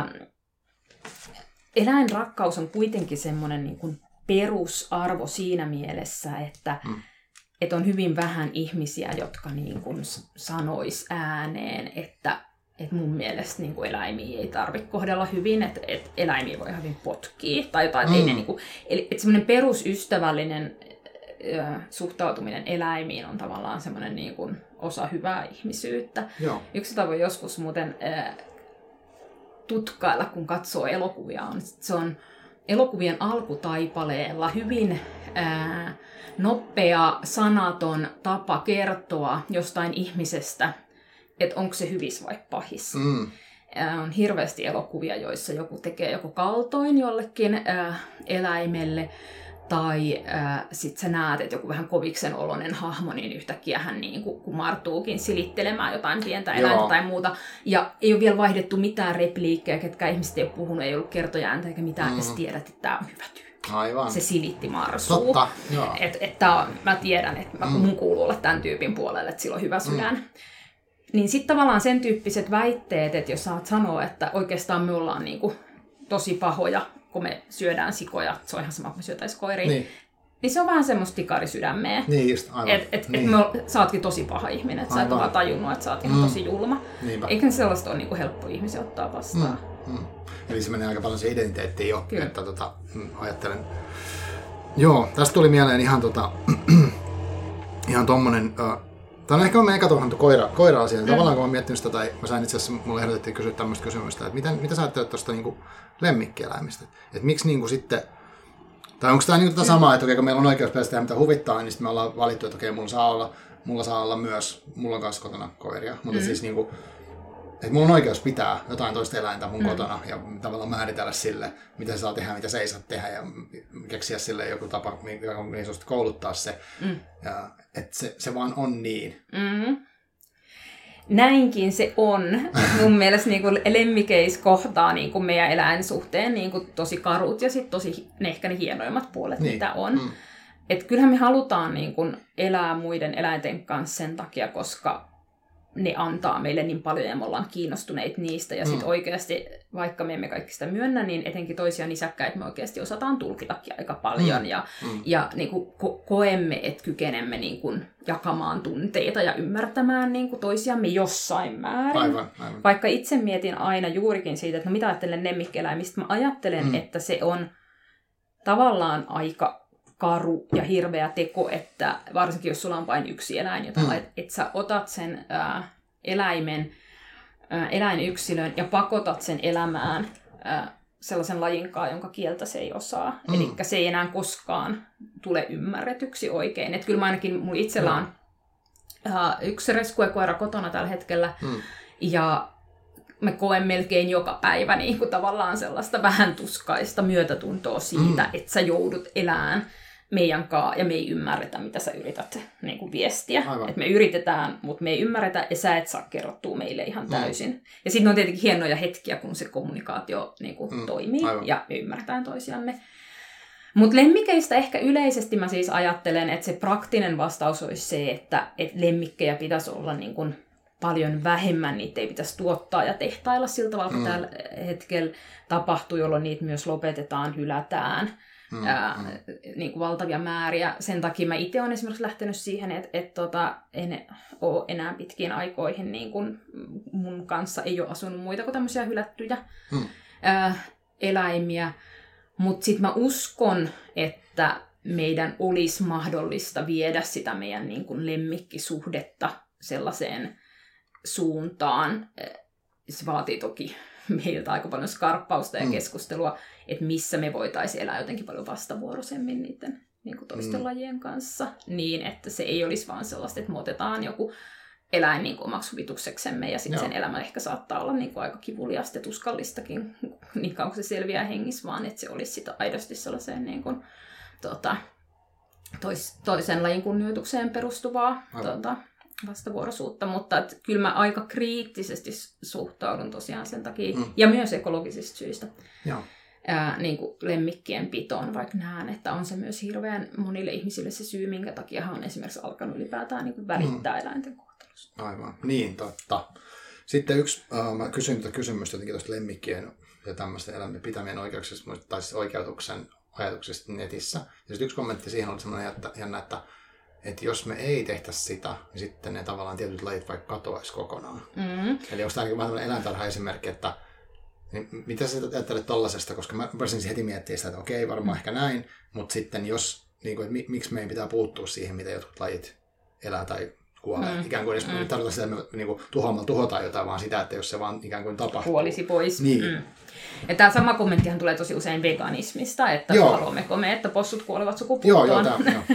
eläinrakkaus on kuitenkin semmoinen niin kuin perusarvo siinä mielessä, että on hyvin vähän ihmisiä, jotka niin kuin sanois ääneen, että mun mielestä niin kuin eläimiä ei tarvitse kohdella hyvin, että eläimiä voi hyvin potkia tai jotain. Niin kuin, eli semmoinen perusystävällinen suhtautuminen eläimiin on tavallaan semmoinen niin kuin osa hyvää ihmisyyttä. Joo. Yksi jota voi joskus muuten tutkailla, kun katsoo elokuvia, on, se on elokuvien alkutaipaleella hyvin nopea, sanaton tapa kertoa jostain ihmisestä, että onko se hyvis vai pahis. On hirveästi elokuvia, joissa joku tekee joku kaltoin jollekin eläimelle, tai sitten sä näet, että joku vähän koviksen oloinen hahmo, niin yhtäkkiä hän niin kumartuukin silittelemään jotain pientä eläintä tai muuta. Ja ei ole vielä vaihdettu mitään repliikkejä, ketkä ihmiset ei ole puhunut, ei ollut kertojaääntä eikä mitään, ja sä tiedät, että tämä on hyvä tyyppi. Aivan. Se silitti marsuu. Totta, mä tiedän, että mun kuuluu olla tämän tyypin puolelle, että sillä on hyvä sydän. Niin sitten tavallaan sen tyyppiset väitteet, että jos saat sanoa, että oikeastaan me ollaan niinku tosi pahoja, kun me syödään sikoja, se on ihan sama, kun me syötäisiin koiria, niin se on vähän semmoista tikarisydämeä. Niin just, aivan. Sä ootkin tosi paha ihminen, että sä et ole vaan tajunnut, että sä oot ihan tosi julma. Niinpä. Eikä sellaista ole niinku helppo ihmisiä ottaa vastaan. Eli se menee aika paljon se identiteettiin jo, että ajattelen. Joo, tästä tuli mieleen ihan ihan tommonen. Tämä on ehkä eka tuohon koira-asia. Tavallaan kun mä oon miettinyt sitä, tai mä sain itse asiassa, mulle ehdotettiin kysyä tämmöistä kysymystä, että mitä sä ajattelet tuosta niinku lemmikkieläimistä? Että miksi niinku sitten, tai onko tämä niinku tätä samaa, että kun meillä on oikeus päästä tehdä mitä huvittaa, niin sitten me ollaan valittu, että mulla saa olla myös, mulla on kanssa kotona koiria, mutta siis niinku, että mulla on oikeus pitää jotain toista eläintä mun kotona ja tavallaan määritellä sille, mitä se saa tehdä, mitä se ei saa tehdä ja keksiä sille joku tapa, mikä on niin sanotusti kouluttaa se. Ja, että se vaan on niin. Näinkin se on. Mun mielestä niin kuin lemmikeis kohtaa niin kuin meidän eläinsuhteen niin kuin tosi karut ja sitten tosi ehkä ne hienoimmat puolet, mitä on. Et kyllähän me halutaan niin kuin elää muiden eläinten kanssa sen takia, koska ne antaa meille niin paljon ja me ollaan kiinnostuneita niistä. Ja sitten oikeasti, vaikka me emme kaikki sitä myönnä, niin etenkin toisia nisäkkäitä me oikeasti osataan tulkitakin aika paljon. Ja niin kuin koemme, että kykenemme niin kuin jakamaan tunteita ja ymmärtämään niin kuin toisiamme jossain määrin. Aivan. Vaikka itse mietin aina juurikin siitä, että no mitä ajattelen lemmikkieläimistä, mä ajattelen, että se on tavallaan aika karu ja hirveä teko, että varsinkin jos sulla on vain yksi eläin, että sä otat sen eläinyksilön ja pakotat sen elämään sellaisen lajinkaan, jonka kieltä se ei osaa. Eli se ei enää koskaan tule ymmärretyksi oikein. Että kyllä mä ainakin mun itsellä on yksi reskuekoira kotona tällä hetkellä, ja mä koen melkein joka päivä niin kuin tavallaan sellaista vähän tuskaista myötätuntoa siitä, että sä joudut elämään meidän kanssa ja me ei ymmärretä, mitä sä yrität niin kuin viestiä. Että me yritetään, mutta me ei ymmärretä ja sä et saa kerrottua meille ihan täysin. Ja sitten on tietenkin hienoja hetkiä, kun se kommunikaatio niin kuin toimii ja me ymmärretään toisiamme. Mutta lemmikeistä ehkä yleisesti mä siis ajattelen, että se praktinen vastaus olisi se, että lemmikkejä pitäisi olla niin kuin paljon vähemmän, niitä ei pitäisi tuottaa ja tehtailla sillä tavalla, kun tällä hetkellä tapahtuu, jolloin niitä myös lopetetaan, hylätään. Niin kuin valtavia määriä. Sen takia mä itse olen esimerkiksi lähtenyt siihen, että en ole enää pitkiin aikoihin, niin kuin mun kanssa ei ole asunut muita kuin tämmöisiä hylättyjä eläimiä. Mutta sitten mä uskon, että meidän olisi mahdollista viedä sitä meidän niin kuin lemmikkisuhdetta sellaiseen suuntaan. Se vaatii toki meiltä aika paljon skarppausta ja keskustelua, että missä me voitaisiin elää jotenkin paljon vastavuoroisemmin niiden niin kuin toisten lajien kanssa, niin että se ei olisi vaan sellaista, että me otetaan joku eläin niin kuin omaksi huvitukseksemme ja sitten sen elämä ehkä saattaa olla niin kuin aika kivuliasta ja tuskallistakin, niin kauan kuin se selviää hengissä, vaan että se olisi sitä aidosti sellaiseen niin kuin, toisen lajin kunnioitukseen perustuvaa vastavuoroisuutta, mutta kyllä mä aika kriittisesti suhtaudun tosiaan sen takia, ja myös ekologisista syistä, niin kuin lemmikkien pitoon, vaikka näen, että on se myös hirveän monille ihmisille se syy, minkä takia on esimerkiksi alkanut ylipäätään niin kuin välittää eläinten kohtelusta. Aivan, niin totta. Sitten mä kysyin tätä kysymystä jotenkin tuosta lemmikkien ja tämmöisten eläinten pitämien oikeuksista, tai siis oikeutuksen ajatuksesta netissä. Ja sitten yksi kommentti siihen oli semmoinen jännä, että jos me ei tehtäisi sitä, niin sitten ne tavallaan tietyt lajit vaikka katoaisi kokonaan. Eli onko tämä ainakin vähän tämmöinen eläintarha-esimerkki, että niin mitä sä ajattelet tollasesta, koska mä voisin heti miettiä sitä, että okei, varmaan ehkä näin, mutta sitten jos, niin kuin, että miksi meidän pitää puuttua siihen, miten jotkut lajit elää tai kuolee. Ikään kuin jos me tarvitaan sitä, että me niin tuhoamalla tuhotaan jotain, vaan sitä, että jos se vaan ikään kuin tapahtuu. Kuolisi pois. Niin. Ja tämä sama kommenttihan tulee tosi usein veganismista, että haluammeko me, että possut kuolevat sukupuuttoon.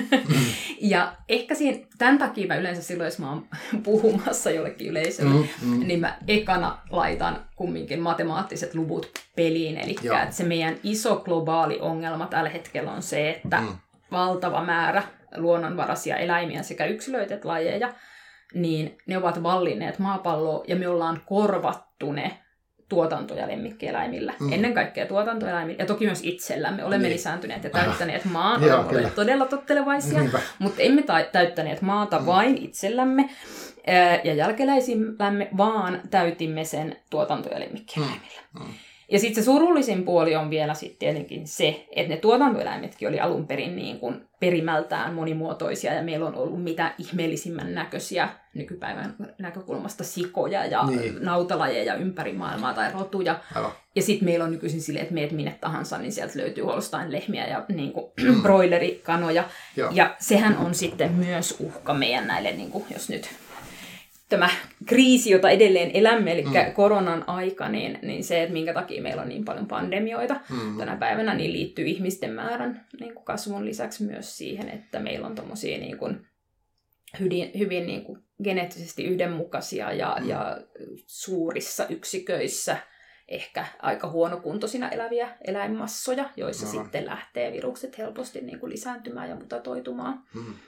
Ja ehkä tämän takia mä yleensä silloin, jos mä oon puhumassa jollekin yleisölle, niin mä ekana laitan kumminkin matemaattiset luvut peliin. Eli että se meidän iso globaali ongelma tällä hetkellä on se, että valtava määrä luonnonvaraisia eläimiä sekä yksilöitä että lajeja, niin ne ovat vallinneet maapalloa ja me ollaan korvattu ne tuotanto- ja lemmikkieläimillä. Ennen kaikkea tuotantoeläimillä ja toki myös itsellämme. Olemme lisääntyneet ja täyttäneet maan. Olemme todella tottelevaisia, mutta emme täyttäneet maata vain itsellämme ja jälkeläisillämme, vaan täytimme sen tuotanto- ja lemmikkieläimillä. Ja sitten se surullisin puoli on vielä sitten tietenkin se, että ne tuotantoeläimetkin oli alun perin niin kuin perimältään monimuotoisia ja meillä on ollut mitä ihmeellisimmän näköisiä nykypäivän näkökulmasta sikoja ja nautalajeja ympäri maailmaa tai rotuja. Aivan. Ja sitten meillä on nykyisin silleen, että meet minne tahansa, niin sieltä löytyy Holstein-lehmiä ja niin kuin broilerikanoja. Ja sehän on sitten myös uhka meidän näille, niin kuin, jos nyt tämä kriisi, jota edelleen elämme, eli koronan aika, niin se, että minkä takia meillä on niin paljon pandemioita tänä päivänä, niin liittyy ihmisten määrän niin kuin kasvun lisäksi myös siihen, että meillä on tommosia niin kuin hyvin niin kuin geneettisesti yhdenmukaisia ja suurissa yksiköissä ehkä aika huonokuntoisina eläviä eläinmassoja, joissa sitten lähtee virukset helposti niin kuin lisääntymään ja mutatoitumaan.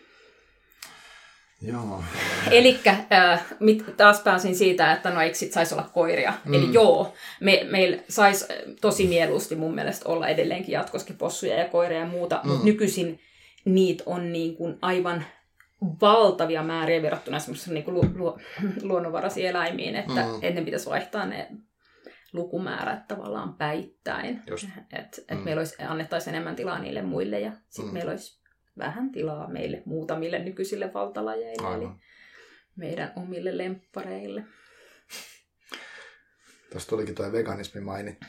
Joo. Elikkä taas pääsin siitä, että no eikö sit saisi olla koiria. Eli meillä saisi tosi mieluusti mun mielestä olla edelleenkin jatkossakin possuja ja koiria ja muuta, mutta nykyisin niitä on niin kuin aivan valtavia määriä verrattuna semmoisiin niin kuin luonnonvaraisiin eläimiin, että ennen pitäisi vaihtaa ne lukumäärät tavallaan päittäin. Että meillä annettaisiin enemmän tilaa niille muille ja sitten meillä olisi vähän tilaa meille muutamille nykyisille valtalajeille, eli meidän omille lemppareille. Tuossa tulikin tuo veganismi mainittu.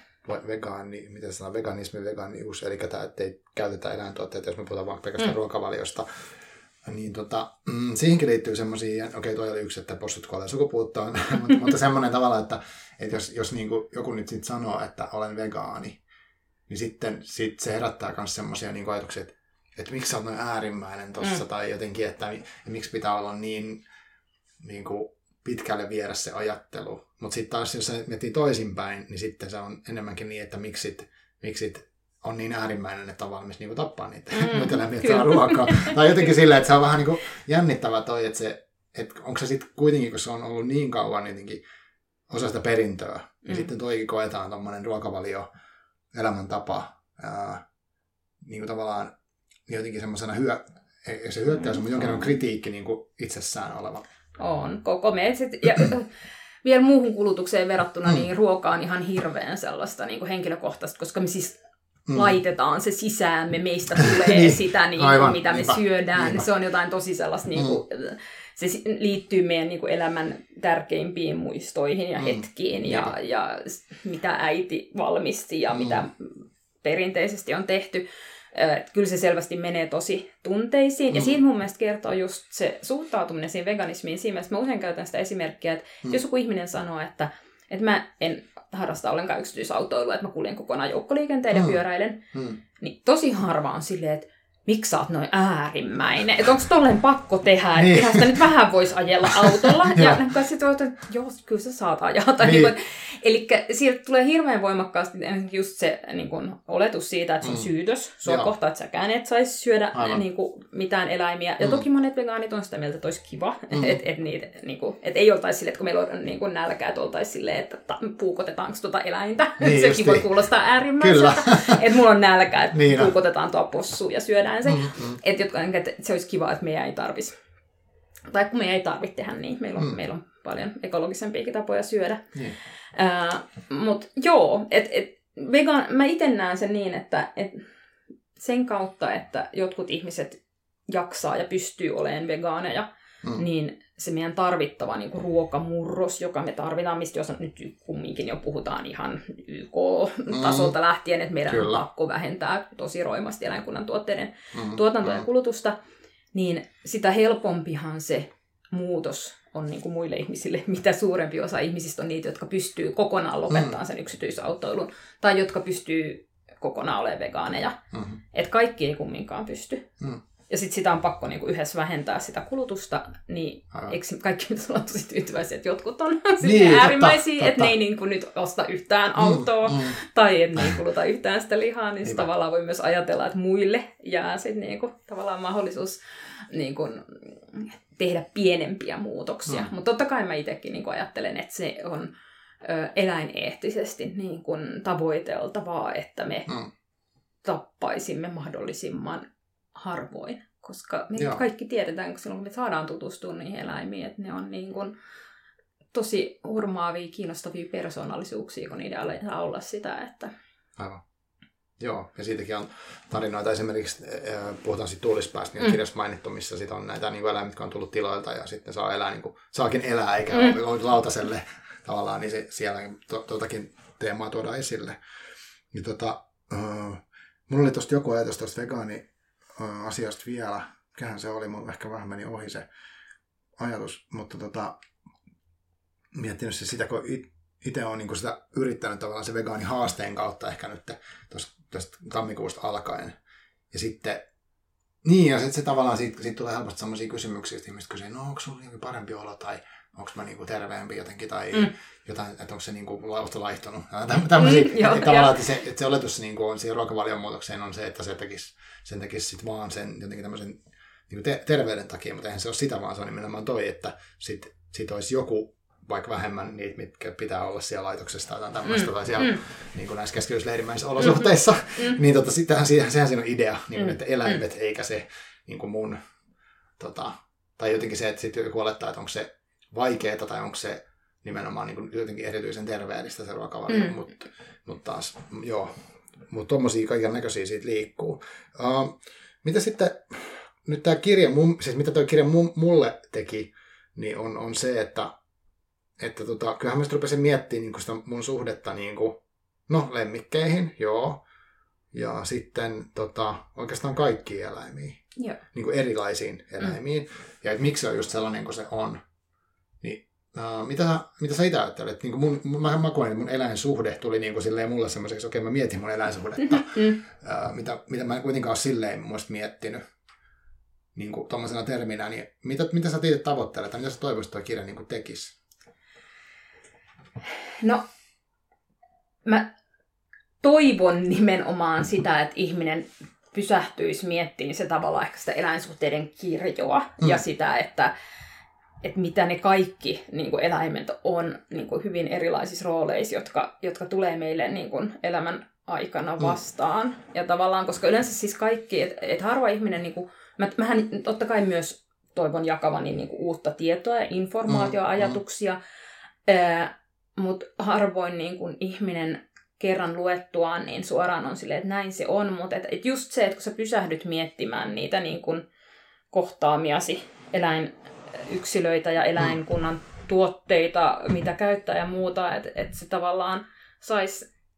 Veganius, eli tämä, ettei käytetä eläintuotteita, jos me puhutaan vaikka pelkästään ruokavaliosta. Niin siihenkin liittyy semmoisia, toi oli yksi, että possut kuolee sukupuuttoon, mutta semmoinen tavalla, että jos niin kuin joku nyt sit sanoo, että olen vegaani, niin sitten se herättää myös semmoisia niin ajatuksia, että miksi sä oot noin äärimmäinen tossa, tai jotenkin, että miksi pitää olla niin kuin pitkälle viedä se ajattelu. Mutta sitten taas, jos se miettii toisinpäin, niin sitten se on enemmänkin niin, että miksi on niin äärimmäinen, että on valmis niin kuin tappaa niitä eläimiä, että saa ruokaa. Tai jotenkin silleen, että se on vähän niin kuin jännittävä toi, että onko se sitten kuitenkin, kun se on ollut niin kauan jotenkin osa sitä perintöä, niin sitten toikin koetaan tommoinen ruokavalio, elämäntapa, niin kuin tavallaan jotenkin semmoisena se hyökkäys on jonkinlainen kritiikki niin kuin itsessään oleva. On, koko metsit. Ja vielä muuhun kulutukseen verrattuna, niin ruoka on ihan hirveän sellaista niin kuin henkilökohtaista, koska me siis laitetaan se sisäämme, meistä tulee sitä, niin kuin, mitä me syödään. Se on jotain tosi sellaista, niin kuin, se liittyy meidän niin kuin elämän tärkeimpiin muistoihin ja hetkiin ja mitä äiti valmisti ja mitä perinteisesti on tehty. Kyllä se selvästi menee tosi tunteisiin. Ja siitä mun mielestä kertoo just se suhtautuminen siihen veganismiin. Siinä mielessä mä usein käytän sitä esimerkkiä, että jos joku ihminen sanoo, että mä en harrasta ollenkaan yksityisautoilua, että mä kuljen kokonaan joukkoliikenteen ja pyöräilen, niin tosi harva on silleen, että miksi sä oot noin äärimmäinen? Että onko tolleen pakko tehdä? Että ihan sitä nyt vähän voisi ajella autolla. Ja sitten voit, että joo, kyllä sä saat ajaa. Eli sieltä tulee hirveän voimakkaasti just se niin kun, oletus siitä, että se on syytös. Sua kohtaa, että säkään et saisi syödä niin kun, mitään eläimiä. Ja toki monet vegaanit on sitä mieltä, että olisi kiva. Että niin ei oltaisi silleen, että kun meillä on niin kun nälkää, että oltaisi silleen, että puukotetaanko tuota eläintä. Niin, sekin voi kuulostaa äärimmäiseltä. Että mulla on nälkä, että puukotetaan tuo possu ja syödään se. Että se olisi kiva, että meidän ei tarvitsisi. Tai kun meidän ei tarvitse tehdä niin. Meillä on paljon ekologisempiakin tapoja syödä. Mutta joo, mä itse näen sen niin, että sen kautta, että jotkut ihmiset jaksaa ja pystyy olemaan vegaaneja, niin se meidän tarvittava niin kuin ruokamurros, joka me tarvitaan, mistä jos nyt kumminkin jo puhutaan ihan YK-tasolta lähtien, että meidän on pakko vähentää tosi roimasti eläinkunnan tuotteiden tuotantoa ja kulutusta, niin sitä helpompihan se muutos on niin kuin muille ihmisille. Mitä suurempi osa ihmisistä on niitä, jotka pystyy kokonaan lopettamaan sen yksityisautoilun, tai jotka pystyy kokonaan olemaan vegaaneja. Että kaikki ei kumminkaan pysty. Ja sitten sitä on pakko niinku yhdessä vähentää sitä kulutusta, niin eikö kaikki nyt olla tosi tyytyväisiä, että jotkut on niin, äärimmäisiä, että ne ei niinku nyt osta yhtään autoa, tai että ne ei kuluta yhtään sitä lihaa, niin se tavallaan voi myös ajatella, että muille jää sitten niinku, tavallaan mahdollisuus niinku, tehdä pienempiä muutoksia. Mutta totta kai mä itsekin niinku ajattelen, että se on eläineettisesti niinku tavoiteltavaa, että me tappaisimme mahdollisimman harvoin, koska me kaikki tiedetään, kun silloin kun me saadaan tutustua niihin eläimiin, että ne on niin kuin tosi hurmaavia, kiinnostavia persoonallisuuksia, kun niiden aletaan olla sitä, että... Aivan. Joo, ja siitäkin on tarinoita. Esimerkiksi puhutaan siitä tuulispäästä, niin on kirjassa mainittu, missä sit on näitä niin eläimiä, jotka on tullut tiloilta, ja sitten saa elää, niin kuin, saakin elää, eikä ole lautaselle tavallaan, niin se, siellä tuotakin teemaa tuodaan esille. Niin mulla oli tuosta joku ajatus tuosta vegaani-asiasta vielä. Mikähän se oli, mulla ehkä vähän meni ohi se ajatus, mutta miettinyt se sitä, kun itse olen niin sitä yrittänyt tavallaan se vegaanihaasteen kautta ehkä nyt tuosta tammikuusta alkaen. Ja sitten, niin ja se tavallaan siitä tulee helposti sellaisia kysymyksiä, että ihmiset kysyy, no onko sulla jokin parempi olo tai onko mä niinku terveempi jotenkin tai jotain, että onko se niinku laihtunut. Tämmöisiä, tavallaan, että se oletus niinku on siihen ruokavalion muutokseen on se, että sen tekisi sit vaan sen jotenkin tämmöisen niinku terveyden takia, mutta eihän se ole sitä, vaan se on nimenomaan toi, että sit olisi joku vaikka vähemmän niitä, mitkä pitää olla siellä laitoksessa tai tämmöistä, tai siellä niin kuin näissä keskityslehdimäisissä olosuhteissa, niin sehän siinä on idea, niin että eläimet eikä se niin kuin mun, tai jotenkin se, että sitten joku olettaa, että onko se vaikeaa tai onko se nimenomaan niin kuin jotenkin erityisen terveellistä se ruokavalio, mutta taas, joo, mutta tommosia kaiken näköisiä siitä liikkuu. Mitä sitten, nyt tämä kirja, siis mitä tuo kirja mulle teki, niin on se, että kyllähän mä rupesin miettimään niin sitä mun suhdetta niin kuin, lemmikkeihin, joo, ja sitten oikeastaan kaikkiin eläimiin, niin kuin erilaisiin eläimiin, ja että miksi se on just sellainen kuin se on. Niin, mitä sä itse ajattelet? Niin kuin mä koen, että mun eläinsuhde tuli niin kuin silleen mulle semmoiseksi, okei, mä mietin mun eläinsuhdetta, mitä mä en kuitenkaan ole silleen muista miettinyt niin kuin tommosena terminä, niin mitä sä itse tavoittelet, tai mitä sä toivoisit tuo kirja niin kuin tekisi? No, mä toivon nimenomaan sitä, että ihminen pysähtyisi miettimään se tavallaan ehkä sitä eläinsuhteiden kirjoa ja sitä, että mitä ne kaikki niin kuin eläimet on niin kuin hyvin erilaisissa rooleissa, jotka tulee meille niin kuin elämän aikana vastaan. Ja tavallaan, koska yleensä siis kaikki, että harva ihminen, niin kuin, mähän totta kai myös toivon jakavani niin kuin uutta tietoa ja informaatioajatuksia, mutta harvoin niin kun ihminen kerran luettuaan niin suoraan on silleen, että näin se on. Mutta et just se, että kun sä pysähdyt miettimään niitä niin kun kohtaamiasi eläinyksilöitä ja eläinkunnan tuotteita, mitä käyttää ja muuta, että se tavallaan saisi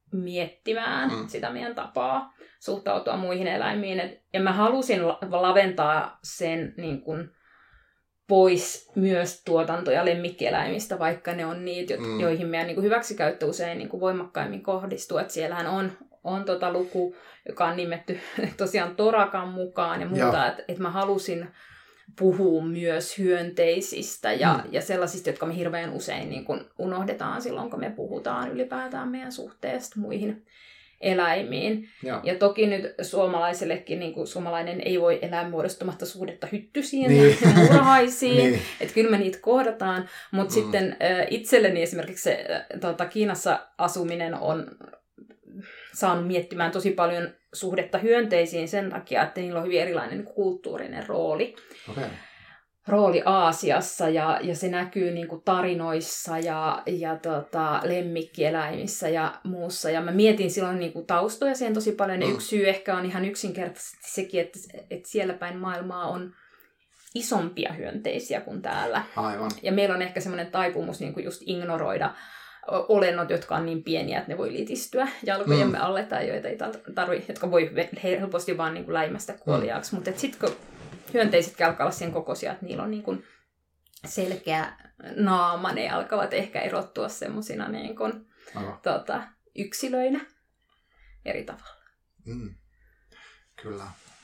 miettimään sitä meidän tapaa suhtautua muihin eläimiin. Ja mä halusin laventaa sen niin kuin pois myös tuotanto- ja lemmikkieläimistä, vaikka ne on niitä, joihin meidän niin kuin hyväksikäyttö usein niin kuin voimakkaimmin kohdistuu. Että siellähän on luku, joka on nimetty tosiaan Torakan mukaan ja muuta, että mä halusin puhua myös hyönteisistä ja sellaisista, jotka me hirveän usein niin kuin unohdetaan silloin, kun me puhutaan ylipäätään meidän suhteesta muihin eläimiin. Ja toki nyt suomalaisellekin, niin kuin suomalainen ei voi elää muodostamatta suhdetta hyttysiin ja murhaisiin, että kyllä me niitä kohdataan, mutta sitten itselleni esimerkiksi se Kiinassa asuminen on saanut miettimään tosi paljon suhdetta hyönteisiin sen takia, että niillä on hyvin erilainen kulttuurinen rooli. Rooli Aasiassa ja se näkyy niin kuin tarinoissa ja lemmikkieläimissä ja muussa. Ja mä mietin silloin niin kuin taustoja siihen tosi paljon. Ja yksi syy ehkä on ihan yksinkertaisesti sekin, että siellä päin maailmaa on isompia hyönteisiä kuin täällä. Aivan. Ja meillä on ehkä semmoinen taipumus niin kuin just ignoroida olennot, jotka on niin pieniä, että ne voi litistyä jalkojemme alle tai joita ei jotka voi helposti vaan niin kuin läimästä kuoliaaksi. Mutta sitten kun hyönteiset alkaa olla sen kokoisia, että niillä on niin kuin selkeä naama, ne alkavat ehkä erottua semmoisina niin kuin, yksilöinä eri tavalla. Kyllä.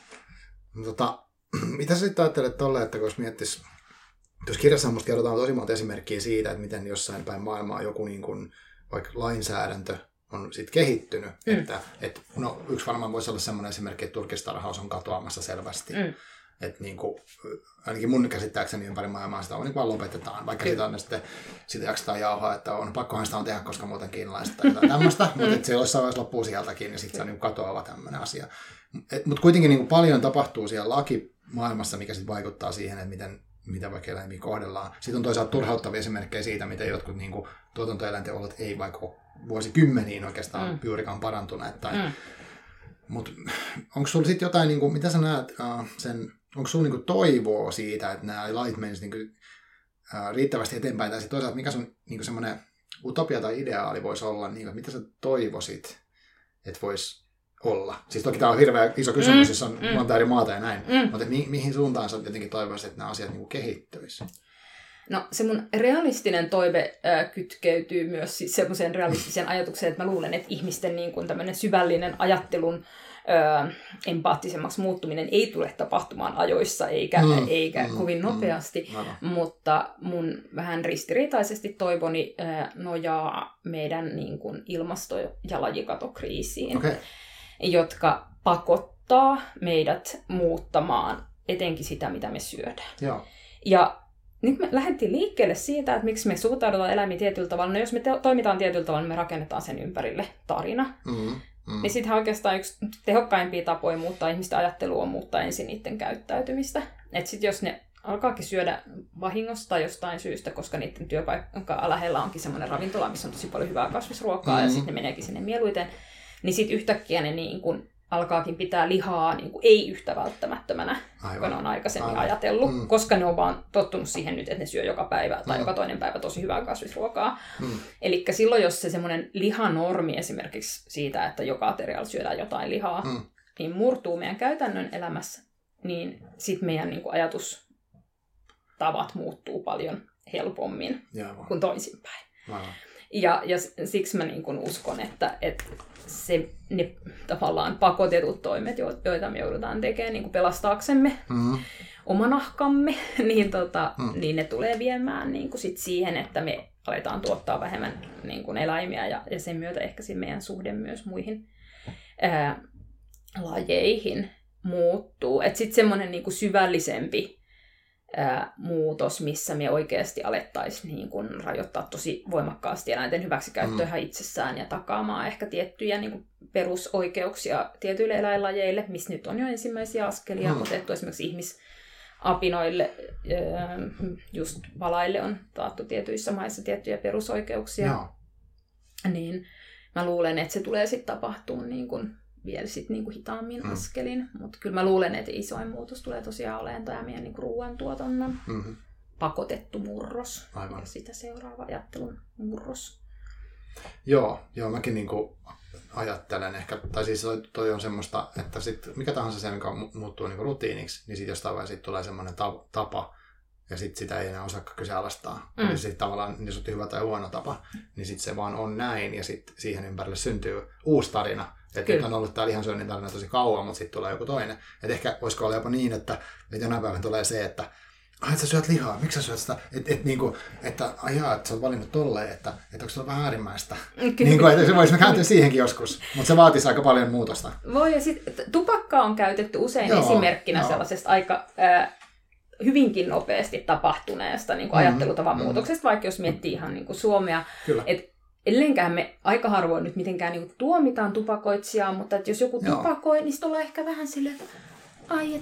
Mitä sä sitten ajattelet tolle, että jos miettis, jos kirjassa musta kerrotaan tosi monta esimerkkiä siitä, että miten jossain päin maailmaa joku niin kuin, vaikka lainsäädäntö on sit kehittynyt. Yksi varmaan voisi olla semmoinen esimerkki, että turkistarhaus on katoamassa selvästi. Että niin kuin, ainakin mun käsittääkseni ympäri maailmaa sitä on niin vaan lopetetaan, vaikka sitä jaksetaan jauhaa, että pakkohan sitä on tehdä, koska muuten kiinalaista tai jotain tämmöistä, mutta se jossain vaiheessa loppuu sieltäkin, ja sitten se on niin katoava tämmöinen asia. Mutta kuitenkin niin paljon tapahtuu siellä lakimaailmassa, mikä sitten vaikuttaa siihen, että miten vaikka eläimiä kohdellaan. Sitten on toisaalta turhauttavia esimerkkejä siitä, miten jotkut niin kuin, tuotantoeläinten olot ei vaikka ole vuosikymmeniin oikeastaan juurikaan parantuneet. Mutta onko sulla sitten jotain, niin kuin, mitä sä näet onko sulla niinku toivoa siitä, että nämä lait menisivät niinku, riittävästi eteenpäin, tai sitten toisaalta mikä sun niinku semmoinen utopia tai ideaali voisi olla, niinku, mitä sä toivoisit, että voisi olla? Siis toki tämä on hirveän iso kysymys, jos on monta eri maata ja näin, mutta mihin suuntaan sä jotenkin toivoisit, että nämä asiat niinku kehittyisivät? No se mun realistinen toive kytkeytyy myös siis semmoiseen realistiseen ajatukseen, että mä luulen, että ihmisten niin kuin tämmöinen syvällinen ajattelun empaattisemmaksi muuttuminen ei tule tapahtumaan ajoissa eikä kovin nopeasti, mutta mun vähän ristiriitaisesti toivoni nojaa meidän niin kuin ilmasto- ja lajikatokriisiin, jotka pakottaa meidät muuttamaan etenkin sitä, mitä me syödään. Ja nyt me lähdettiin liikkeelle siitä, että miksi me suhtaudutaan eläimiin tietyllä tavalla. No jos me toimitaan tietyllä tavalla, niin me rakennetaan sen ympärille tarina. Niin sitten oikeastaan yksi tehokkaimpia tapoja muuttaa ihmisten ajattelua on muuttaa ensin niiden käyttäytymistä. Että sitten jos ne alkaakin syödä vahingossa tai jostain syystä, koska niiden työpaikka lähellä onkin semmoinen ravintola, missä on tosi paljon hyvää kasvisruokaa ja sitten ne meneekin sinne mieluiten, niin sitten yhtäkkiä ne niin kun alkaakin pitää lihaa niin kuin ei yhtä välttämättömänä, kun ne on aikaisemmin ajatellut, koska ne on vaan tottunut siihen nyt, että ne syö joka päivä tai joka toinen päivä tosi hyvää kasvisruokaa. Eli silloin, jos se semmoinen lihanormi esimerkiksi siitä, että joka aterialla syödään jotain lihaa, niin murtuu meidän käytännön elämässä, niin sitten meidän niin kuin ajatustavat muuttuu paljon helpommin kuin toisinpäin. Ja siksi mä niin kuin uskon, että ne tavallaan pakotetut toimet, joita me joudutaan tekemään niin kuin pelastaaksemme omanahkamme, niin ne tulee viemään niin kuin sit siihen, että me aletaan tuottaa vähemmän niin kuin eläimiä ja sen myötä ehkä meidän suhde myös muihin lajeihin muuttuu. Sitten semmoinen niin kuin syvällisempi muutos, missä me oikeasti alettaisiin niin kuin rajoittaa tosi voimakkaasti eläinten hyväksikäyttöä itsessään ja takaamaan ehkä tiettyjä niin kuin perusoikeuksia tietyille eläinlajeille, missä nyt on jo ensimmäisiä askelia otettu. Esimerkiksi ihmisapinoille, just valaille on taattu tietyissä maissa tiettyjä perusoikeuksia. Niin mä luulen, että se tulee sitten tapahtumaan niin kuin vielä sitten niinku hitaammin askelin, mutta kyllä mä luulen, että isoin muutos tulee tosiaan olemaan tämä meidän niinku ruoantuotannon pakotettu murros ja sitä seuraava ajattelun murros. Joo, mäkin niinku ajattelen ehkä, tai siis toi on semmoista, että sit mikä tahansa se, mikä muuttuu niinku rutiiniksi, niin sitten jostain vaiheessa tulee semmoinen tapa, ja sitten sitä ei enää osaa kyseenalaistaa. Eli sitten tavallaan niin sanottu hyvä tai huono tapa, niin sitten se vaan on näin, ja sitten siihen ympärille syntyy uusi tarina. Että nyt on ollut tää lihansyönnin tarina tosi kauan, mutta sitten tulee joku toinen. Että ehkä voisiko olla jopa niin, että jonain päivänä tulee se, että et sä syöt lihaa, miksi sä syöt sitä? Että sä oot valinnut tolleen, että onko se vähän äärimmäistä? Niinku, että se voisi kääntyä siihenkin joskus, mutta se vaatisi aika paljon muutosta. Voi, ja sitten tupakkaa on käytetty usein esimerkkinä sellaisesta aika hyvinkin nopeasti tapahtuneesta niin kuin ajattelutavan muutoksesta, vaikka jos miettii ihan niin kuin Suomea. Et edelleenkään me aika harvoin nyt mitenkään niin kuin tuomitaan tupakoitsijaa, mutta että jos joku tupakoi, niin sitten ollaan ehkä vähän silleen, että ai,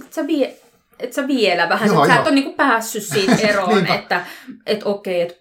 et sä vielä vähän, että sä et ole niinku päässyt siitä eroon, että okei, että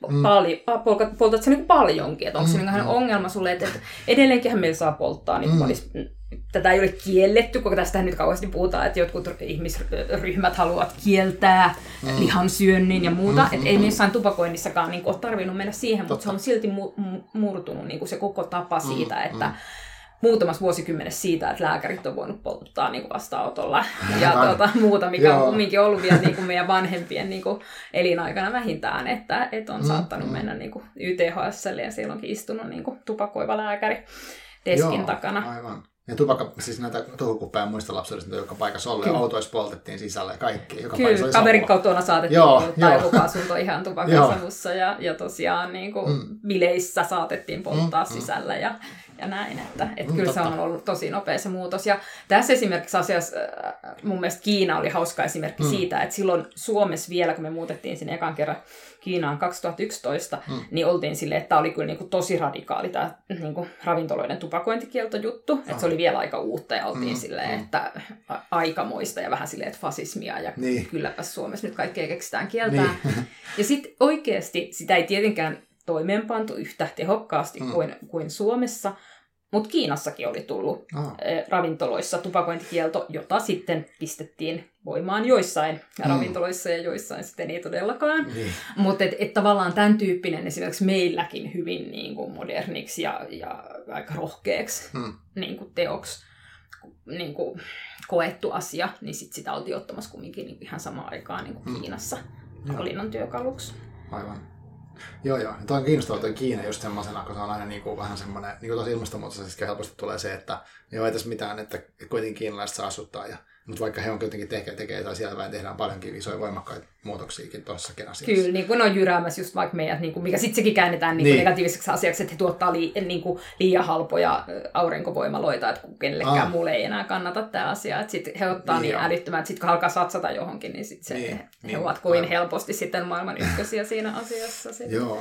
poltat sä niinku paljonkin, että onko se niinku ongelma sulle, että edelleenkinhän meillä saa polttaa, niin tätä ei ole kielletty, koska tästähän nyt kauheasti puhutaan, että jotkut ihmisryhmät haluavat kieltää lihansyönnin ja muuta, että ei missään tupakoinnissakaan niinku ole tarvinnut mennä siihen, mutta se on silti murtunut niinku se koko tapa siitä, että muutamassa vuosikymmenessä siitä, että lääkärit on voinut polttaa niin kuin vastaanotolla ja muuta, mikä on kumminkin ollut vielä niin kuin meidän vanhempien niin kuin elinaikana vähintään, että on saattanut mennä niin kuin YTHS:lle ja siellä onkin istunut niin kuin tupakoiva lääkäri deskin takana. Aivan. Ja tupakka, siis näitä touhukuppeja muista lapsuudesta, joka paikassa ollut, ja autoissa poltettiin sisällä ja kaikki. Kyllä, kaverin kotona saatettiin polttaa lupa-asunto ihan tupakansavussa ja tosiaan niin kuin bileissä saatettiin polttaa sisällä ja näin, että kyllä se on ollut tosi nopea se muutos. Ja tässä esimerkiksi asiassa mun mielestä Kiina oli hauska esimerkki siitä, että silloin Suomessa vielä, kun me muutettiin sinne ekan kerran Kiinaan 2011, niin oltiin silleen, että tämä oli kyllä niin kuin tosi radikaali tämä niin kuin ravintoloiden tupakointikieltojuttu. Että se oli vielä aika uutta ja oltiin silleen, että aikamoista ja vähän silleen, että fasismia ja kylläpäs Suomessa nyt kaikkea keksitään kieltää. Ja sitten oikeasti sitä ei tietenkään toimeenpantu yhtä tehokkaasti kuin Suomessa, mutta Kiinassakin oli tullut ravintoloissa tupakointikielto, jota sitten pistettiin voimaan joissain ravintoloissa ja joissain sitten ei todellakaan. Mutta tavallaan tämän tyyppinen esimerkiksi meilläkin hyvin niin kuin moderniksi ja aika rohkeaksi niin kuin teoksi niin kuin koettu asia, niin sit sitä oltiin ottamassa kumminkin niin ihan samaan aikaan niin kuin Kiinassa valinnan työkaluksi. Aivan. Joo. Tuo on kiinnostavaa tuo Kiina just semmoisena, kun se on aina niinku vähän semmoinen, niinku tosi ilmastonmuutoksessa helposti tulee se, että ei tässä mitään, että kuitenkin kiinalaiset saa asuttaa. Mutta vaikka he on kuitenkin tekee tai siellä vähän tehdään paljonkin isoja voimakkaita muutoksiakin tuossakin asiassa. Kyllä, niin kuin on jyräämässä just vaikka meidät, niin kuin, mikä sitten sekin käännetään niin negatiiviseksi asiaksi, että he tuottaa liian halpoja aurinkovoimaloita, että kenellekään muulle ei enää kannata tämä asia. Että sitten he ottaa niin älyttömän, että sitten kun alkaa satsata johonkin, niin sitten he ovat kovin helposti sitten maailman ykkösiä siinä asiassa. Joo,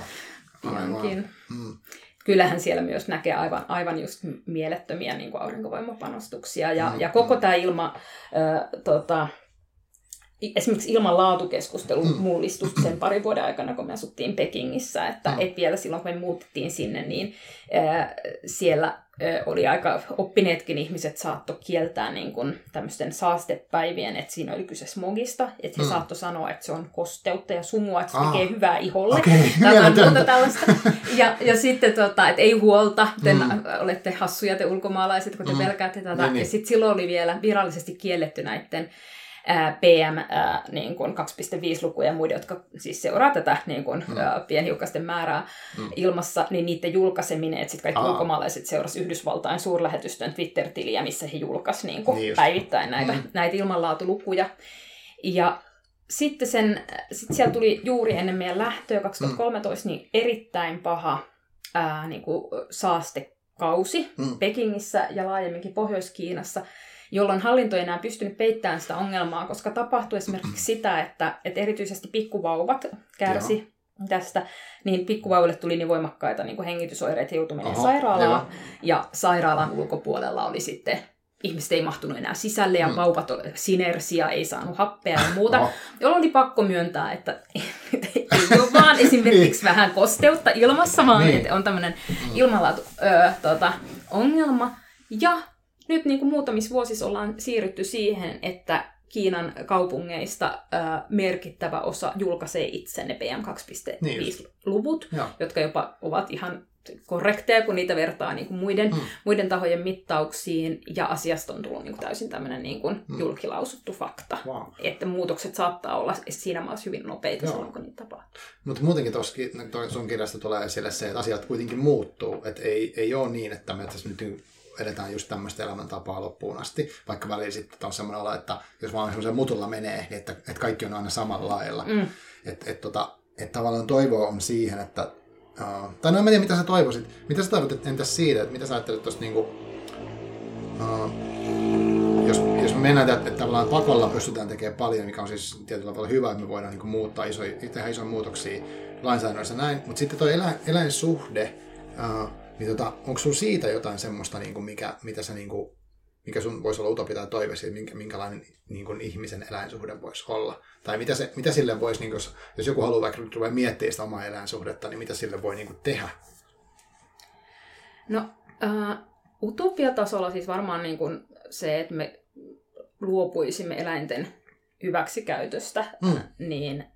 aivan. Kyllähän siellä myös näkee aivan just mielettömiä niin kuin aurinkovoimapanostuksia. Ja koko tämä esimerkiksi ilmanlaatukeskustelu mullistui sen parin vuoden aikana, kun me asuttiin Pekingissä. Että vielä silloin, kun me muutettiin sinne, niin siellä oli aika oppineetkin ihmiset saattoi kieltää niin kuin tämmöisten saastepäivien, että siinä oli kyse smogista, että he saattoi sanoa, että se on kosteutta ja sumua, että se tekee hyvää iholle. Tai tällaista. Ja sitten, että ei huolta, te olette hassuja te ulkomaalaiset, kun te pelkäätte tätä. Ja sitten silloin oli vielä virallisesti kielletty näiden PM niin kuin 2.5-lukuja ja muiden, jotka siis seuraa tätä niin kuin, pienhiukkasten määrää ilmassa, niin niiden julkaiseminen, että sitten kaikki ulkomaalaiset seurasi Yhdysvaltain suurlähetystön Twitter-tiliä, missä he julkaisivat niin kuin päivittäin näitä ilmanlaatulukuja. Ja sitten siellä tuli juuri ennen meidän lähtöä 2013 niin erittäin paha niin kuin saastekausi Pekingissä ja laajemminkin Pohjois-Kiinassa, jolloin hallinto ei enää pystynyt peittämään sitä ongelmaa, koska tapahtui esimerkiksi sitä, että erityisesti pikkuvauvat kärsi tästä, niin pikkuvauville tuli niin voimakkaita niin kuin hengitysoireita, joutui menemään sairaalaan, ja sairaalan ulkopuolella oli sitten, ihmiset ei mahtunut enää sisälle, ja vauvat sinersia, ei saanut happea ja muuta, jolloin oli pakko myöntää, että ei ole vaan esimerkiksi vähän kosteutta ilmassa, vaan että on tämmöinen ilmanlaatu-ongelma, ja nyt niin kuin muutamissa vuosissa ollaan siirrytty siihen, että Kiinan kaupungeista merkittävä osa julkaisee itse ne PM2.5-luvut, jotka jopa ovat ihan korrekteja, kun niitä vertaa niin kuin muiden tahojen mittauksiin, ja asiasta on tullut niin kuin täysin tämmöinen niin kuin julkilausuttu fakta. Wow. Että muutokset saattaa olla siinä maassa hyvin nopeita silloin, kun niitä tapahtuu. Mutta muutenkin tuossa sun kirjasta tulee esille se, että asiat kuitenkin muuttuu. Että ei ole niin, että me tässä nyt edetään just tämmöistä elämäntapaa loppuun asti, vaikka välillä sitten on semmoinen olo, että jos vaan semmoisen mutulla menee, niin että kaikki on aina samalla lailla. Että tavallaan toivoa on siihen, että tai no en tiedä, mitä sä toivoisit. Mitä sä toivot entäs siitä, että mitä sä ajattelet tuosta niinku, jos me mennään, että tavallaan pakolla pystytään tekemään paljon, mikä on siis tietyllä tavalla hyvä, että me voidaan niinku muuttaa tehdä isoja muutoksia lainsäädännössä näin, mutta sitten tuo eläinsuhde, niin onko sulla siitä jotain semmoista, niinku, mikä sun voisi olla utopia tai toive siitä, minkälainen niin kuin ihmisen eläinsuhde voisi olla? Tai mitä sille voisi, niin jos joku haluaa vaikka ruveta miettimään sitä omaa eläinsuhdetta, niin mitä sille voi niin kuin tehdä? No, utopiatasolla siis varmaan niin kuin se, että me luopuisimme eläinten hyväksikäytöstä, niin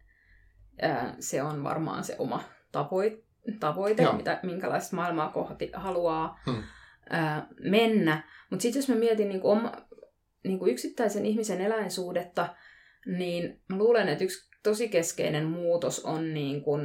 se on varmaan se oma tavoite, minkälaista maailmaa kohti haluaa mennä. Mutta sitten jos mä mietin niinku yksittäisen ihmisen eläinsuhdetta, niin mä luulen, että yksi tosi keskeinen muutos on niinku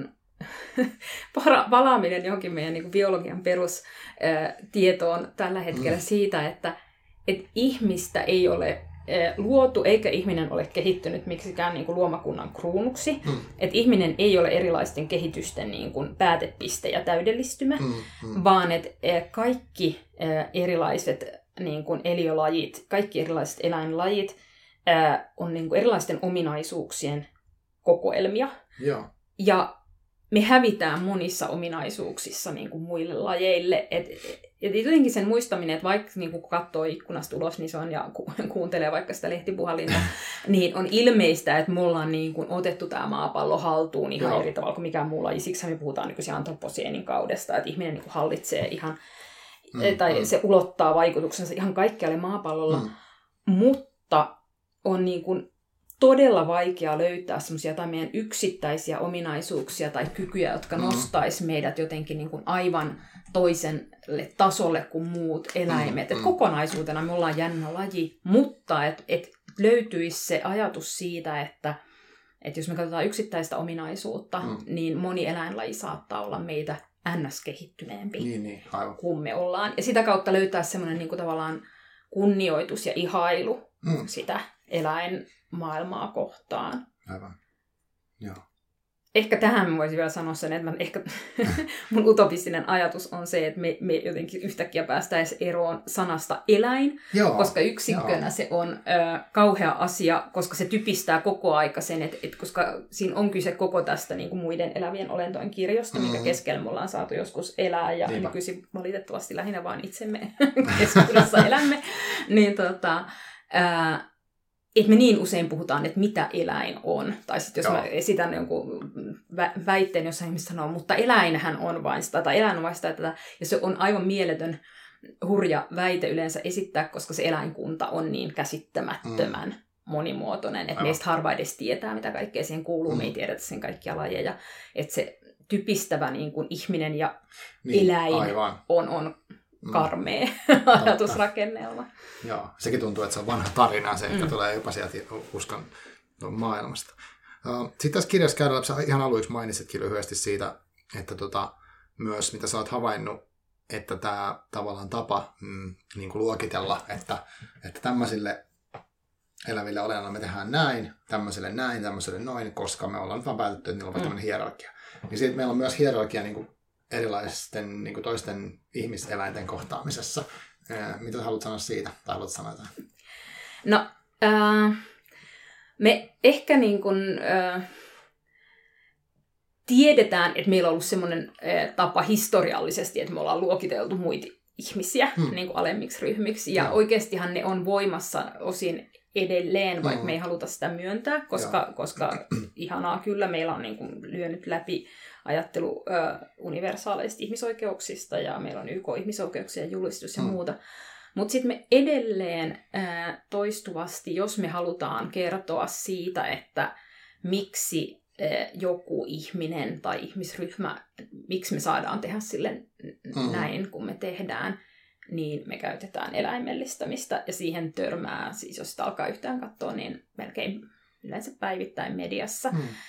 palaaminen johonkin meidän niinku biologian perustietoon tällä hetkellä siitä, että ihmistä ei ole luotu eikä ihminen ole kehittynyt miksikään niin kuin luomakunnan kruunuksi. Että ihminen ei ole erilaisten kehitysten niin kuin päätepiste ja täydellistymä, vaan että kaikki erilaiset niin kuin eliölajit, kaikki erilaiset eläinlajit on niin kuin erilaisten ominaisuuksien kokoelmia. Joo. Ja me hävitään monissa ominaisuuksissa niin kuin muille lajeille. Et jotenkin sen muistaminen, että vaikka niin kun katsoo ikkunasta ulos niin se on, ja kuuntelee vaikka sitä lehtipuhalinta, niin on ilmeistä, että me ollaan niin kuin otettu tämä maapallo haltuun ihan eri tavalla kuin mikään muu laji. Siksi me puhutaan nykyisin antroposeenin kaudesta, että ihminen niin kuin hallitsee ihan, tai se ulottaa vaikutuksensa ihan kaikkialle maapallolla. Mutta on niin kuin todella vaikea löytää semmoisia jotain meidän yksittäisiä ominaisuuksia tai kykyjä, jotka nostaisi meidät jotenkin niin kuin aivan toiselle tasolle kuin muut eläimet. Et kokonaisuutena me ollaan jännä laji, mutta et löytyisi se ajatus siitä, että jos me katsotaan yksittäistä ominaisuutta, niin moni eläinlaji saattaa olla meitä ns-kehittyneempi kuin me ollaan. Ja sitä kautta löytää semmoinen niin kuin tavallaan kunnioitus ja ihailu sitä eläinmaailmaa kohtaan. Aivan. Joo. Ehkä tähän mä voisin vielä sanoa sen, että mun utopistinen ajatus on se, että me jotenkin yhtäkkiä päästäisiin eroon sanasta eläin, koska yksikkönä se on kauhea asia, koska se typistää koko aika sen, että koska siinä on kyse koko tästä niin kuin muiden elävien olentojen kirjosta, mikä keskellä me ollaan saatu joskus elää, ja nykyisin valitettavasti lähinnä vaan itsemme keskuudessa elämme, niin että me niin usein puhutaan, että mitä eläin on. Tai sitten jos mä esitän jonkun väitteen, jossa ihmiset sanoo, mutta eläinhän on vain sitä, tai eläin on vain sitä, tätä. Ja se on aivan mieletön, hurja väite yleensä esittää, koska se eläinkunta on niin käsittämättömän monimuotoinen, että meistä harva edes tietää, mitä kaikkea siihen kuuluu. Me ei tiedetä sen kaikkia lajeja. Että se typistävä niin kuin ihminen ja eläin on karmea ajatusrakennelma. Joo, sekin tuntuu, että se on vanha tarina, se ehkä tulee jopa sieltä uskon maailmasta. Sitten tässä kirjassa käydään, sä ihan aluksi mainitsitkin lyhyesti siitä, että myös mitä sä oot havainnut, että tämä tavallaan tapa niin kuin luokitella, että tämmöisille eläville olennoille me tehdään näin, tämmöiselle noin, koska me ollaan vaan päätetty, että niillä on tämmöinen hierarkia. Niin sitten meillä on myös hierarkia niin kuin erilaisten niin kuin toisten ihmiseläinten kohtaamisessa. Mitä haluat sanoa siitä? Tai haluat sanoa jotain? No, me ehkä niin kuin, tiedetään, että meillä on ollut semmoinen tapa historiallisesti, että me ollaan luokiteltu muita ihmisiä niin kuin alemmiksi ryhmiksi. Ja oikeastihan ne on voimassa osin edelleen, vaikka me ei haluta sitä myöntää, koska ihanaa kyllä meillä on niin kuin lyönyt läpi ajattelu universaaleista ihmisoikeuksista ja meillä on YK-ihmisoikeuksien julistus ja muuta. Mutta sitten me edelleen toistuvasti, jos me halutaan kertoa siitä, että miksi joku ihminen tai ihmisryhmä, miksi me saadaan tehdä sille näin, kun me tehdään, niin me käytetään eläimellistämistä. Ja siihen törmää, siis jos sitä alkaa yhtään katsoa, niin melkein yleensä päivittäin mediassa.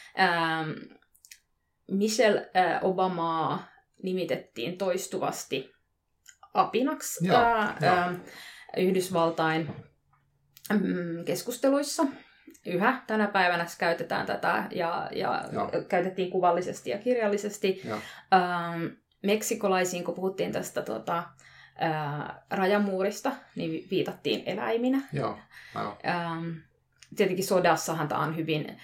Michelle Obamaa nimitettiin toistuvasti apinaksi Yhdysvaltain keskusteluissa. Yhä tänä päivänä käytetään tätä ja käytettiin kuvallisesti ja kirjallisesti. Meksikolaisiin, kun puhuttiin tästä rajamuurista, niin viitattiin eläiminä. Joo. Tietenkin sodassahan tämä on hyvin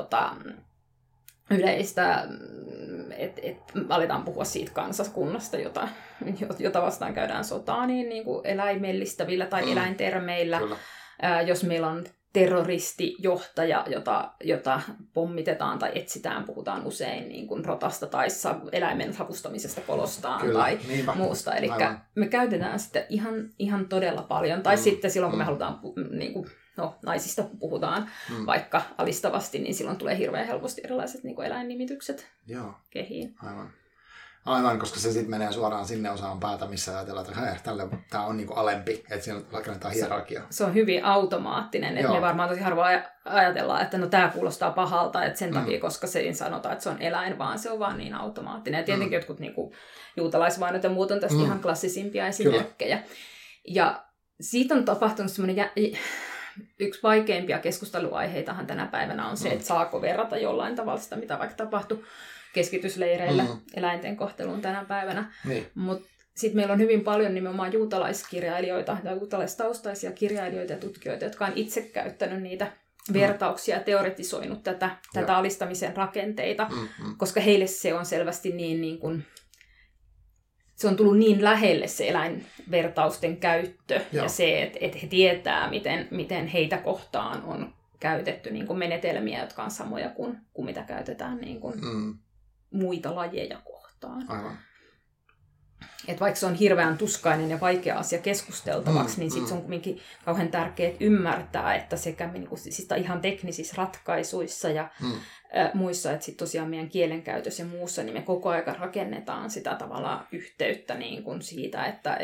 yleistä, että aletaan puhua siitä kansakunnasta, jota vastaan käydään sotaa, niin kuin eläimellistävillä tai eläintermeillä. Jos meillä on terroristijohtaja, jota pommitetaan tai etsitään, puhutaan usein niin kuin rotasta tai eläimen savustamisesta kolostaan tai muusta. Eli me käytetään sitä ihan todella paljon. Tai sitten silloin, kun me halutaan, niin kuin, naisista puhutaan vaikka alistavasti, niin silloin tulee hirveän helposti erilaiset niin kuin eläinnimitykset kehiin. Aivan, koska se sitten menee suoraan sinne osaan päätä, missä ajatellaan, että tämä on niinku alempi, että siinä rakennetaan hierarkia. Se on hyvin automaattinen, että me varmaan tosi harvoin ajatellaan, että tämä kuulostaa pahalta, että sen takia, koska se ei sanota, että se on eläin, vaan se on vaan niin automaattinen. Ja tietenkin jotkut niinku, juutalaisvainot ja muut on tästä ihan klassisimpia esimerkkejä. Ja siitä on tapahtunut semmoinen yksi vaikeimpia keskusteluaiheitahan tänä päivänä on se, että saako verrata jollain tavalla sitä, mitä vaikka tapahtui keskitysleireillä eläinten kohteluun tänä päivänä. Niin. Mutta sitten meillä on hyvin paljon nimenomaan juutalaiskirjailijoita ja juutalaistaustaisia kirjailijoita ja tutkijoita, jotka on itse käyttänyt niitä vertauksia ja teoretisoinut tätä alistamisen rakenteita, koska heille se on selvästi niin kuin, se on tullut niin lähelle se eläinvertausten käyttö ja se, että he tietää, miten heitä kohtaan on käytetty niin kuin menetelmiä, jotka on samoja kuin mitä käytetään niin kuin muita lajeja kohtaan. Aivan. Et vaikka se on hirveän tuskainen ja vaikea asia keskusteltavaksi, niin sit se on kuitenkin kauhean tärkeää ymmärtää, että sekä niin kuin, siis ihan teknisissä ratkaisuissa ja muissa, että sit tosiaan meidän kielenkäytössä ja muussa, niin me koko ajan rakennetaan sitä tavallaan yhteyttä niin kuin siitä, että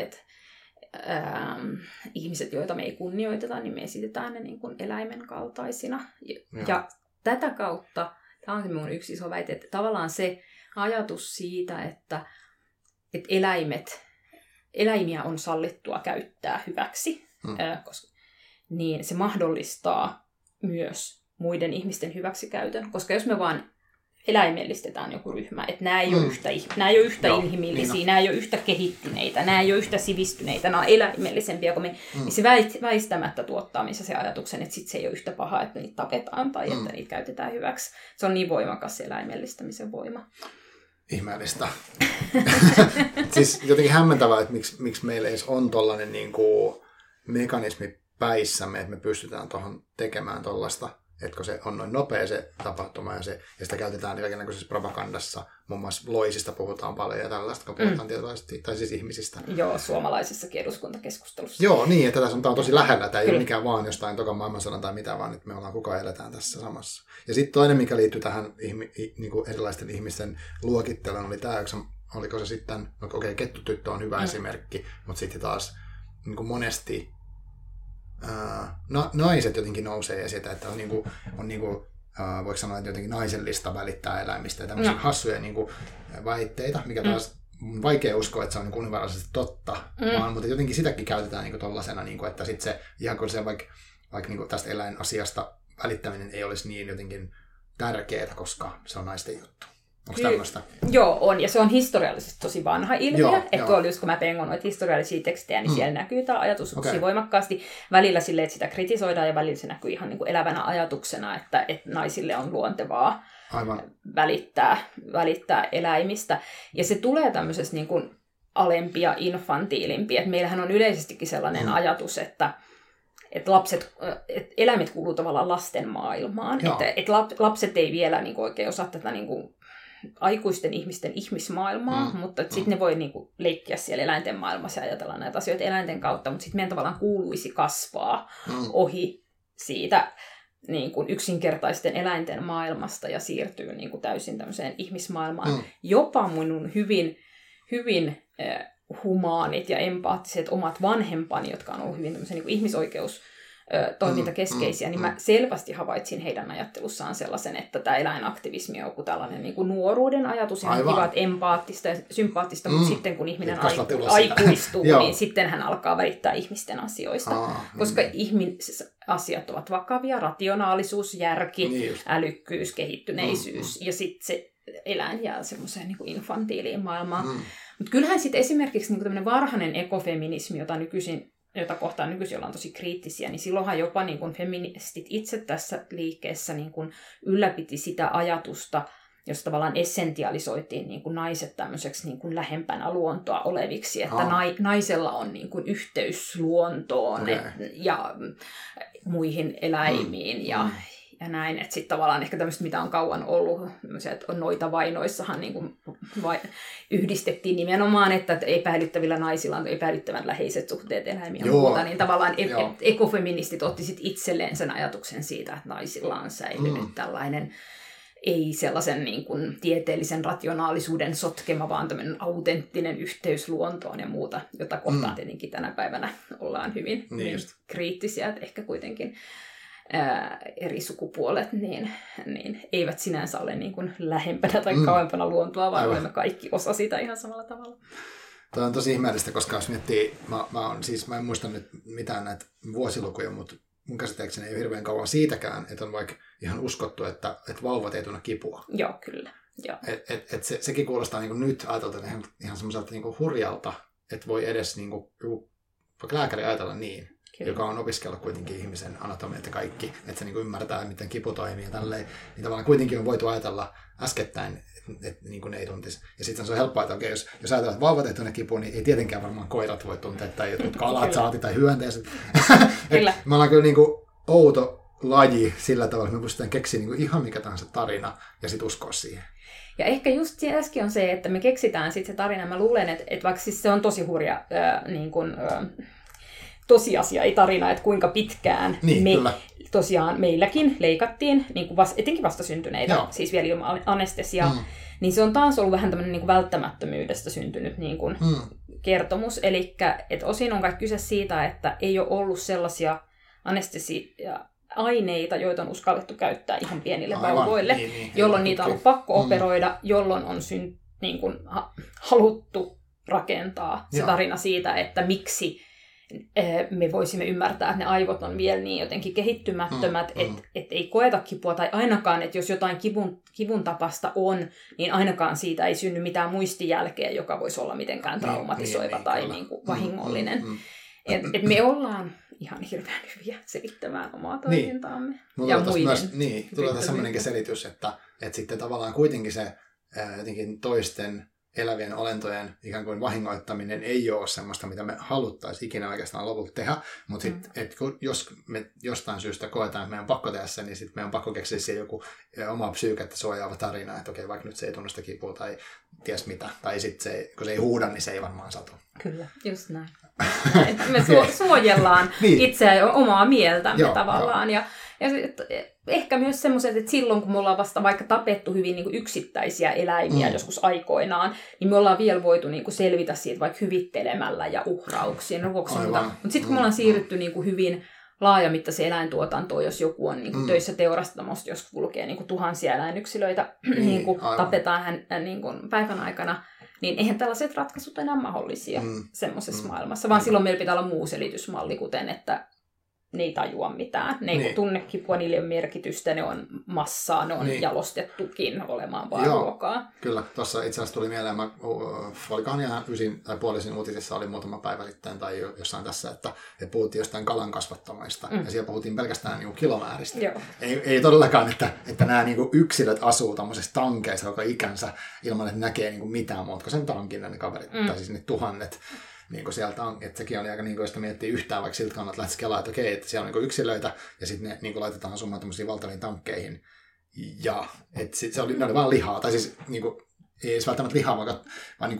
ihmiset, joita me ei kunnioiteta, niin me esitetään ne niin kuin eläimen kaltaisina. Ja tätä kautta, tämä on minun yksi iso väite, että tavallaan se ajatus siitä, että eläimiä on sallittua käyttää hyväksi, niin se mahdollistaa myös muiden ihmisten hyväksikäytön. Koska jos me vaan eläimellistetään joku ryhmä, että nämä ei ole yhtä inhimillisiä, nämä ei ole yhtä kehittyneitä, nämä ei ole yhtä sivistyneitä, nämä on eläimellisempiä kuin me, niin se väistämättä tuottaa missä se ajatuksen, että sitten se ei ole yhtä paha, että niitä tapetaan tai että niitä käytetään hyväksi. Se on niin voimakas se eläimellistämisen voima. Ihmeellistä. Siis jotenkin hämmentävää, että miksi meillä edes on tollainen niin kuin mekanismi päissämme, että me pystytään tuohon tekemään tollaista, että se on noin nopea se tapahtuma ja sitä käytetään kaikennäköisessä propagandassa. Muun muassa loisista puhutaan paljon ja tällaista, kun puhutaan tietoisesti, tai siis ihmisistä. Joo, suomalaisessakin eduskuntakeskustelussa. Joo, niin, että tämä on tosi lähellä. Tämä ei ole mikään vaan jostain tokan maailmansodan tai mitä, vaan että me ollaan koko ajan eletään tässä samassa. Ja sitten toinen, mikä liittyy tähän niin kuin erilaisten ihmisten luokitteluun, oli tämä, oliko se sitten, kettutyttö on hyvä esimerkki, mutta sitten taas niin kuin monesti naiset jotenkin nousee esitä, että voiko sanoa, että jotenkin naisellista välittää eläimistä ja tämmöisiä hassuja niin kuin väitteitä, mikä taas on vaikea uskoa, että se on niin universaalisti totta, mutta jotenkin sitäkin käytetään niin tollasena, niin että sitten se, ihan kun se vaikka niin tästä eläinasiasta välittäminen ei olisi niin jotenkin tärkeää, koska se on naisten juttu. Onko tämmöistä? Joo, on. Ja se on historiallisesti tosi vanha ilmiö. Että tuolla just kun mä pengon noita historiallisia tekstejä, niin siellä näkyy tämä ajatus tosi voimakkaasti. Välillä silleen, että sitä kritisoidaan ja välillä se näkyy ihan niin kuin elävänä ajatuksena, että naisille on luontevaa välittää eläimistä. Ja se tulee tämmöisessä niin kuin alempi ja infantiilimpi. Että meillähän on yleisestikin sellainen ajatus, että eläimet kuuluu tavallaan lasten maailmaan. Että lapset ei vielä niin kuin oikein osaa tätä niin kuin aikuisten ihmisten ihmismaailmaa, mutta sitten ne voi niinku leikkiä siellä eläinten maailmassa ja ajatella näitä asioita eläinten kautta, mutta sitten meidän tavallaan kuuluisi kasvaa ohi siitä niin kuin yksinkertaisten eläinten maailmasta ja siirtyy niin kuin täysin tämmöiseen ihmismaailmaan. Jopa minun hyvin humaanit ja empaattiset omat vanhempani, jotka on ollut hyvin tämmöisiä niin kuin ihmisoikeustoimintakeskeisiä, niin mä selvästi havaitsin heidän ajattelussaan sellaisen, että tämä eläinaktivismi on joku tällainen niin kuin nuoruuden ajatus, ja kivat, empaattista ja sympaattista, mutta sitten kun ihminen aikuistuu, niin sitten hän alkaa välittää ihmisten asioista, koska ihmisasiat ovat vakavia, rationaalisuus, järki, älykkyys, kehittyneisyys, ja sitten se eläin jää semmoiseen niin kuin infantiiliin maailmaan. Mutta kyllähän sitten esimerkiksi niin tämmöinen varhainen ekofeminismi, jota kohtaan nykyisin ollaan tosi kriittisiä, niin silloinhan jopa niin kuin feministit itse tässä liikkeessä niin kuin ylläpiti sitä ajatusta, jossa tavallaan essentialisoitiin niin kuin naiset tämmöiseksi niin kuin lähempänä luontoa oleviksi, että naisella on niin kuin yhteys luontoon ja muihin eläimiin ja näin, että sitten tavallaan ehkä tämmöistä, mitä on kauan ollut, että noita vainoissahan niin kuin yhdistettiin nimenomaan, että epäilyttävillä naisilla on epäilyttävän läheiset suhteet eläimiä ja muuta, niin tavallaan ekofeministit otti sitten itselleen sen ajatuksen siitä, että naisilla on säilynyt tällainen ei sellaisen niin kuin tieteellisen rationaalisuuden sotkema, vaan tämmöinen autenttinen yhteys luontoon ja muuta, jota kohtaan tietenkin tänä päivänä ollaan hyvin kriittisiä, että ehkä kuitenkin eri sukupuolet niin eivät sinänsä ole niin kuin lähempänä tai kauempana luontoa, vaan olemme kaikki osa sitä ihan samalla tavalla. Tämä on tosi ihmeellistä, koska jos miettii, mä en muista nyt mitään näitä vuosilukuja, mutta mun käsittääkseni ei ole hirveän kauan siitäkään, että on vaikka ihan uskottu, että vauvat ei tunne kipua. Joo, kyllä. Joo. Sekin kuulostaa niin kuin nyt ajateltuna ihan semmoiselta niin kuin hurjalta, että voi edes niin kuin, vaikka lääkäri ajatella niin. Kyllä. Joka on opiskellut kuitenkin ihmisen anatomiat ja kaikki, että se niin kuin ymmärtää, miten kipu toimii ja tälleen, niin tavallaan kuitenkin on voitu ajatella äskettäin, että niin kuin ne ei tuntisi. Ja sitten se on helppoa, että okei, jos ajatellaan, että vauvat ei tunne kipua, niin ei tietenkään varmaan koirat voi tuntea, tai jotkut kalat saati tai hyönteiset. Me ollaan kyllä niin kuin outo laji sillä tavalla, että me pystytään keksiä niin kuin ihan mikä tahansa tarina ja sitten uskoa siihen. Ja ehkä just äsken on se, että me keksitään sitten se tarina. Mä luulen, että vaikka siis se on tosi hurja niin kuin, tosiasia, ei tarina, että kuinka pitkään tosiaan meilläkin leikattiin, niin kuin etenkin vastasyntyneitä, siis vielä ilman anestesiaa, niin se on taas ollut vähän tämmöinen niin kuin välttämättömyydestä syntynyt niin kuin kertomus. Eli että osin on kai kyse siitä, että ei ole ollut sellaisia anestesia-aineita, joita on uskallettu käyttää ihan pienille vauvoille, jolloin niitä on ollut pakko operoida, jolloin on niin kuin haluttu rakentaa se tarina siitä, että miksi me voisimme ymmärtää, että ne aivot on vielä niin jotenkin kehittymättömät, että ei koeta kipua, tai ainakaan, että jos jotain kivun tapasta on, niin ainakaan siitä ei synny mitään muistijälkeä, joka voisi olla mitenkään traumatisoiva tai niin kuin vahingollinen. Et me ollaan ihan hirveän hyviä selittämään omaa toimintaamme. Ja muiden. Tulee tässä sellainenkin selitys, että sitten tavallaan kuitenkin se jotenkin toisten elävien olentojen ikään kuin vahingoittaminen ei ole semmoista, mitä me haluttaisiin ikinä oikeastaan lopulta tehdä, mutta jos me jostain syystä koetaan, että meidän on pakko tehdä se, niin sitten meidän on pakko keksiä siihen joku oma psyykettä suojaava tarina, että okei, vaikka nyt se ei tunne sitä kipua tai ties mitä, tai sitten kun se ei huuda, niin se ei varmaan satu. Kyllä, just näin. Me suojellaan itseä ja omaa mieltämme tavallaan. Ja ehkä myös semmoiset, että silloin kun me ollaan vasta vaikka tapettu hyvin niin kuin yksittäisiä eläimiä joskus aikoinaan, niin me ollaan vielä voitu niin kuin selvitä siitä vaikka hyvittelemällä ja uhrauksien. Mutta sitten kun me ollaan siirrytty niin kuin hyvin laajamittaiseen eläintuotantoon, jos joku on niin kuin töissä teurastamosta, jos kulkee niin kuin tuhansia eläinyksilöitä, niin kuin tapetaan hän niin kuin päivän aikana, niin eihän tällaiset ratkaisut enää mahdollisia semmoisessa maailmassa, vaan silloin meillä pitää olla muu selitysmalli, kuten että ne ei tajua mitään. Ne ei tunne kipua, niille ei ole merkitystä, ne on massaa, ne on jalostettukin olemaan vaan ruokaa. Kyllä, tuossa itse asiassa tuli mieleen, olikohan ihan puolisin uutisissa oli muutama päivä sitten tai jossain tässä, että puhuttiin jostain kalan kasvattamoista ja siellä puhuttiin pelkästään niin kuin kilomääristä. Ei todellakaan, että nämä niin kuin yksilöt asuu tämmöisessä tankeissa koko ikänsä ilman, että näkee niin kuin mitään muuta kuin sen tankin ne kaverit, tai siis ne tuhannet. Niin kuin sieltä on, että sekin oli aika, niin kuin, jos miettii yhtään vaikka siltä kannalta lähtisi kelaa, että okei, että siellä on niin kuin yksilöitä ja sitten ne niin kuin laitetaan asumaan tämmöisiin valtaviin tankkeihin. Ja että ne oli vaan lihaa, tai siis niin kuin, ei edes välttämättä lihaa, vaan niin kuin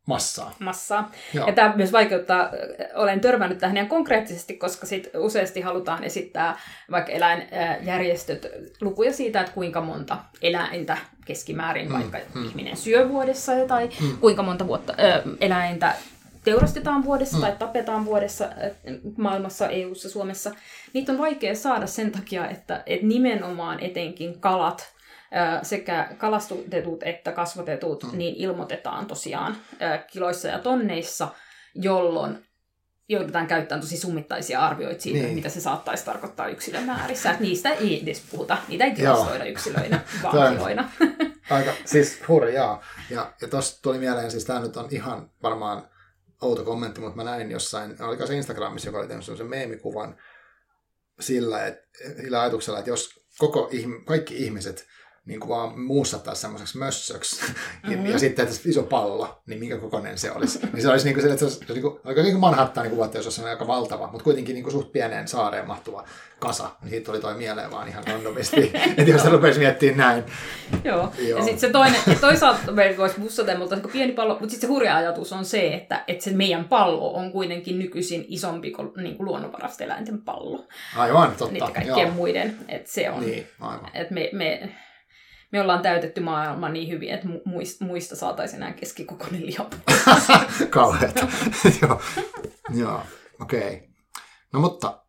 massaa. Joo. Ja tämä myös vaikeuttaa, olen törmännyt tähän ihan konkreettisesti, koska sit useasti halutaan esittää vaikka eläinjärjestöt lukuja siitä, että kuinka monta eläintä keskimäärin vaikka ihminen syö vuodessa tai kuinka monta eläintä teurastetaan vuodessa tai tapetaan vuodessa maailmassa, EU:ssa, Suomessa. Niitä on vaikea saada sen takia, että nimenomaan etenkin kalat, sekä kalastutetut että kasvatetut, niin ilmoitetaan tosiaan kiloissa ja tonneissa, jolloin joudutaan käyttämään tosi summittaisia arvioita siitä, mitä se saattaisi tarkoittaa yksilömäärissä. Että niistä ei edes puhuta, niitä ei tilastoida yksilöinä, vaan kiloina. Aika, siis hurjaa. Ja tuossa tuli mieleen, siis tämä nyt on ihan varmaan outo kommentti, mutta mä näin jossain, oliko se Instagramissa, joka oli tehnyt sellaisen meemikuvan sillä ajatuksella, että jos kaikki ihmiset niin kuin vaan muussattaisiin semmoiseksi mössöksi, ja sitten tehtäisiin iso pallo, niin minkä kokoinen se olisi. Niin se olisi niin kuin, että se olisi niin kuin, aika niin kuin Manhattan, niin kuin, jos olisi aika valtava, mutta kuitenkin niin kuin suht pieneen saareen mahtuva kasa. Niin siitä tuli toi mieleen vaan ihan randomisti, että jos se rupesi miettimään näin. Joo. Ja sitten se toinen, että toisaalta meillä voisi bussata, mutta pieni pallo, mutta sitten se hurja ajatus on se, että se meidän pallo on kuitenkin nykyisin isompi kuin, niin kuin luonnonvaraisten eläinten pallo. Aivan, totta. Niitä kaikkien muiden, että se on. Niin, aivan. Että me ollaan täytetty maailma niin hyvin, että muista saataisiin enää keskikokoinen lihapu. Kauheeta. Joo, okei. No mutta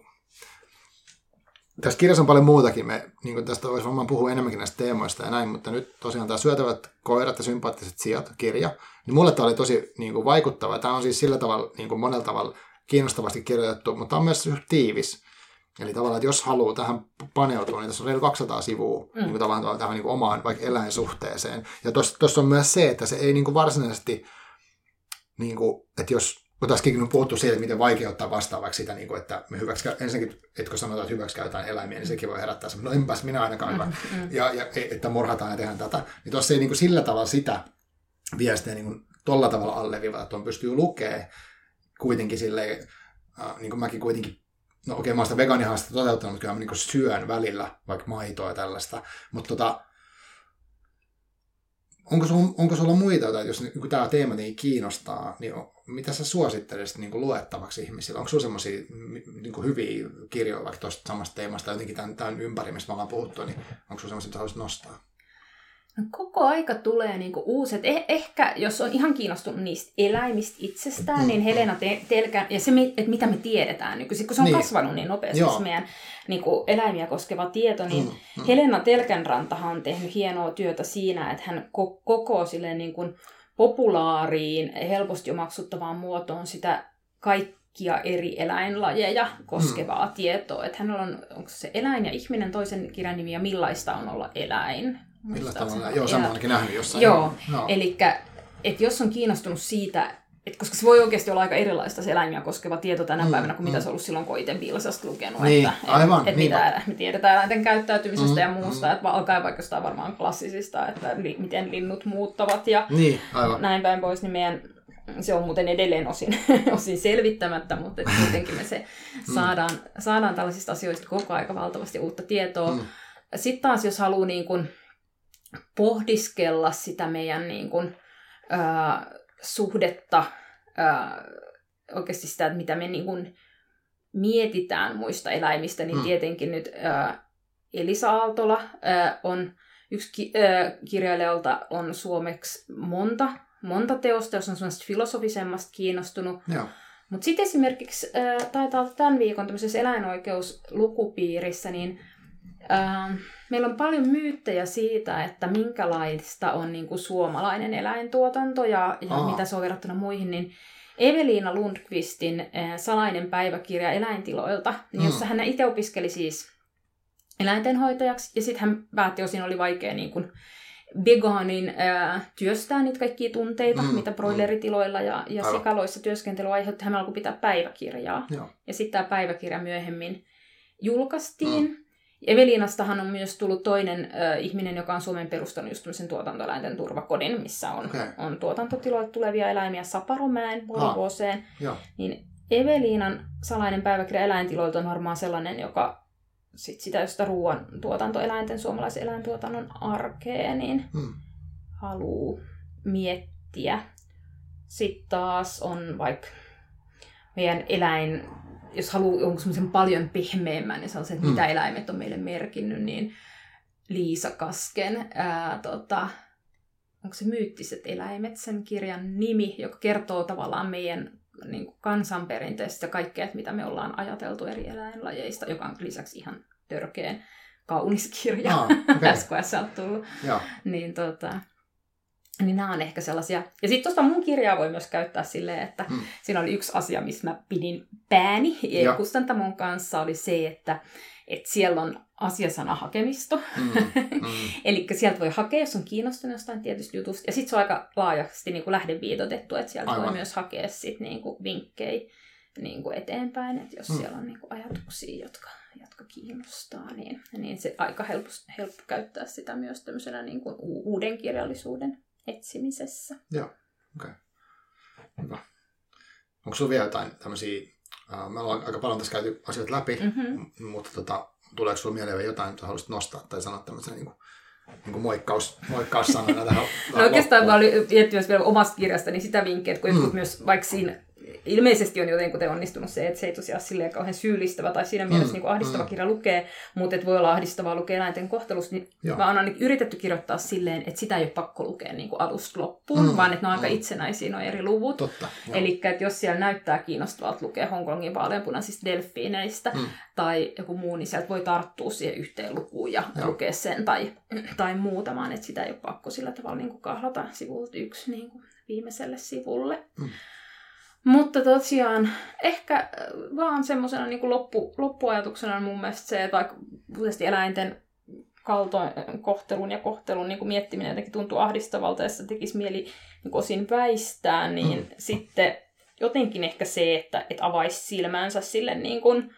tässä kirjassa on paljon muutakin. Niin tästä voisi varmaan puhua enemmänkin näistä teemoista ja näin, mutta nyt tosiaan tämä Syötävät koirat ja sympaattiset sijat -kirja, niin mulle tämä oli tosi niin kuin vaikuttava. Tämä on siis sillä tavalla, niin kuin monella tavalla kiinnostavasti kirjoitettu, mutta on myös tiivis. Eli tavallaan, että jos haluaa tähän paneutua, niin tässä on reilu 200 sivua niin kuin tavallaan tähän niin kuin omaan vaikka eläinsuhteeseen. Ja tuossa on myös se, että se ei niin kuin varsinaisesti, niin kuin, että jos, kun taaskin on puhuttu siitä, että miten vaikea ottaa vastaan vaikka sitä, niin kuin, että me ensinnäkin, että kun sanotaan, että hyväksikäytetään eläimiä, niin sekin voi herättää semmoinen, no enpäs minä ainakaan hyvä, ja että morhataan ja tehdään tätä. Niin tuossa ei niin kuin sillä tavalla sitä viestiä niin kuin tolla tavalla alleviivata, että on pystyy lukemaan kuitenkin silleen, niin kuin mäkin kuitenkin. No okei, mä oon sitä vegaanihaastetta toteuttanut, mutta kyllä mä niin syön välillä vaikka maitoa ja tällaista. Mutta onko sulla muita, että jos niin tämä teema niin kiinnostaa, niin mitä sä suosittelisit niin luettavaksi ihmisille? Onko sulla semmoisia niin hyviä kirjoja vaikka tuosta samasta teemasta, jotenkin tämän ympäri, mistä me ollaan puhuttu, niin onko sulla semmoisia, mitä haluaisit nostaa? No, koko aika tulee niinku uuset, ehkä jos on ihan kiinnostunut niistä eläimistä itsestään, niin Helena Telkän, ja se, että mitä me tiedetään nykyisin, kun se on kasvanut niin nopeasti se meidän niinku, eläimiä koskeva tieto, niin Helena Telkänrantahan on tehnyt hienoa työtä siinä, että hän koko silleen niin kuin populaariin, helposti omaksuttavaan muotoon sitä kaikkia eri eläinlajeja koskevaa tietoa. Että hänellä onko se eläin ja ihminen, toisen kirjan nimi, ja millaista on olla eläin. Millä tavalla? Joo, sama ainakin nähnyt jossain. Joo, elikkä että jos on kiinnostunut siitä, että koska se voi oikeasti olla aika erilaista se eläimiä koskeva tieto tänä päivänä kuin mitä se on ollut silloin, kun itse Piilasasta lukenut. Niin, että aivan. Mitä me tiedetään eläinten käyttäytymisestä ja muusta, että alkaa vaikka sitä varmaan klassisista, että miten linnut muuttavat ja näin päin pois, niin se on muuten edelleen osin selvittämättä, mutta kuitenkin me se saadaan tällaisista asioista koko aika valtavasti uutta tietoa. Sitten taas, jos haluaa niin kuin pohdiskella sitä meidän niin kuin, suhdetta, oikeasti sitä, että mitä me niin kuin mietitään muista eläimistä, niin tietenkin nyt Elisa Aaltola on yksi kirjailijalta on suomeksi monta teosta, jos on sellaista filosofisemmasta kiinnostunut. Mutta sitten esimerkiksi taitaa olla tämän viikon tämmöisessä eläinoikeuslukupiirissä, niin meillä on paljon myyttejä siitä, että minkälaista on niin kuin suomalainen eläintuotanto ja mitä se on verrattuna muihin, niin Eveliina Lundqvistin salainen päiväkirja eläintiloilta, jossa hän itse opiskeli siis eläintenhoitajaksi, ja sitten hän päätti, osin oli vaikea niin kuin vegaanin työstää niitä kaikkia tunteita, mitä broileritiloilla ja sikaloissa työskentely aiheutti. Hän alkoi pitää päiväkirjaa, ja sitten tämä päiväkirja myöhemmin julkaistiin. Eveliinastahan on myös tullut toinen ihminen, joka on Suomen perustanut just tämmöisen tuotantoeläinten turvakodin, missä on tuotantotiloille tulevia eläimiä Saparomäen Porvooseen. Niin Eveliinan salainen päiväkirja eläintiloilta on varmaan sellainen, joka sitä josta ruoan tuotantoeläinten, suomalaisen eläintuotannon arkea, niin haluaa miettiä. Sitten taas on vaikka meidän eläin, jos haluaa jonkun semmoisen paljon pehmeämmän, niin sellaisen, että mitä eläimet on meille merkinnyt, niin Liisa Kasken, onko se Myyttiset eläimet, sen kirjan nimi, joka kertoo tavallaan meidän niin kuin kansanperinteestä kaikkea, että mitä me ollaan ajateltu eri eläinlajeista, joka on lisäksi ihan törkeän kaunis kirja, SKS on tullut. Niin nämä on ehkä sellaisia. Ja sitten tuosta mun kirjaa voi myös käyttää silleen, että siinä oli yksi asia, missä mä pidin pääni kustantamon kanssa, oli se, että siellä on asiasanahakemisto. Eli sieltä voi hakea, jos on kiinnostunut jostain tietystä jutusta. Ja sitten se on aika laajasti niin kuin lähdeviitotettu, että sieltä voi myös hakea sit, niin kuin vinkkejä niin kuin eteenpäin, että jos siellä on niin kuin ajatuksia, jotka kiinnostaa, niin se aika helppo käyttää sitä myös tämmöisenä niin kuin uuden kirjallisuuden etsimisessä. Joo, okei. Hyvä. Onko sinulla vielä jotain tämmöisiä, me ollaan aika paljon tässä käyty asioita läpi, mutta tuleeko sinulla mieleen jotain, mitä haluaisit nostaa tai sanoa tämmöisenä niin kuin moikkaussanoina tähän no oikeastaan mä olin miettimässä vielä omasta kirjasta, niin sitä vinkkiä, että kun jotkut myös, vaikka siinä ilmeisesti on jotenkin onnistunut se, että se ei tosiaan silleen kauhean syyllistävä tai siinä mielessä niin kuin ahdistava kirja lukee, mutta että voi olla ahdistavaa lukea eläinten kohtelusta, niin mä oon yritetty kirjoittaa silleen, että sitä ei ole pakko lukea niin kuin alusta loppuun, vaan että ne on aika itsenäisiä nuo eri luvut. Eli että jos siellä näyttää kiinnostavalta lukea Hongkongin vaaleanpunaisista delfiineistä tai joku muu, niin sieltä voi tarttua siihen yhteen lukuun ja lukea sen tai muutamaan, että sitä ei ole pakko sillä tavalla niin kuin kahlata sivulta 1 niin kuin viimeiselle sivulle. Mutta tosiaan ehkä vaan semmoisena niin kuin loppuajatuksena on mun mielestä se, että useasti eläinten kohtelun ja kohtelun niin kuin miettiminen jotenkin tuntuu ahdistavalta ja se tekisi mieli niin kuin osin väistää, niin sitten jotenkin ehkä se, että avaisi silmänsä sille, niin kuin,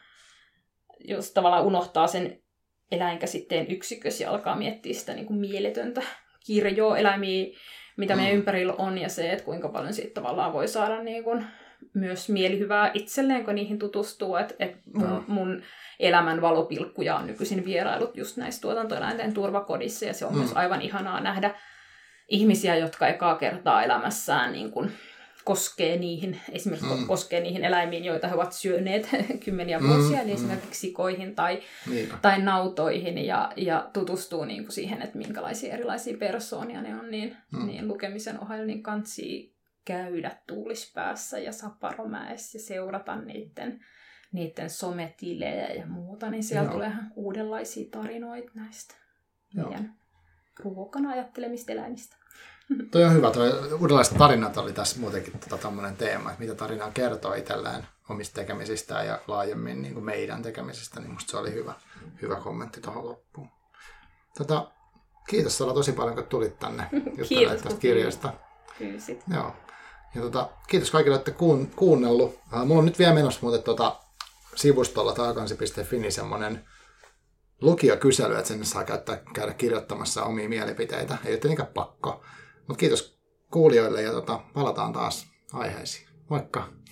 jos tavallaan unohtaa sen eläinkäsitteen yksikössä ja alkaa miettiä sitä niin kuin mieletöntä kirjoa eläimiä, mitä meidän ympärillä on, ja se, että kuinka paljon siitä tavallaan voi saada niin kuin myös mielihyvää itselleen, kun niihin tutustuu. Että mun elämän valopilkkuja on nykyisin vierailut just näissä tuotantoeläinten turvakodissa, ja se on myös aivan ihanaa nähdä ihmisiä, jotka ekaa kertaa elämässään niin kuin koskee niihin, esimerkiksi koskee niihin eläimiin, joita he ovat syöneet kymmeniä vuosia, eli esimerkiksi sikoihin tai nautoihin, ja tutustuu niin kuin siihen, että minkälaisia erilaisia persoonia ne on, niin lukemisen ohella niin kansi käydä Tuulispäässä ja Saparomäessä ja seurata niiden sometilejä ja muuta, niin siellä tulee ihan uudenlaisia tarinoita näistä meidän ruokana ajattelemista eläimistä. Toi on hyvä. Uudenlaiset tarinat oli tässä muutenkin tämmöinen teema, että mitä tarinaa kertoo itselleen omista tekemisistään ja laajemmin niin kuin meidän tekemisistä, niin musta se oli hyvä kommentti tuohon loppuun. Kiitos Salla tosi paljon, kun tulit tänne juttelemaan tästä kirjasta. Pyysit. Joo. Ja kiitos kaikille, että kuunnellut. Mulla on nyt vielä menossa muuten sivustolla taakansi.fi niin semmoinen lukijakysely, että sinne saa käydä kirjoittamassa omia mielipiteitä. Ei ole tietenkään pakko. Mutta kiitos kuulijoille ja palataan taas aiheisiin. Moikka!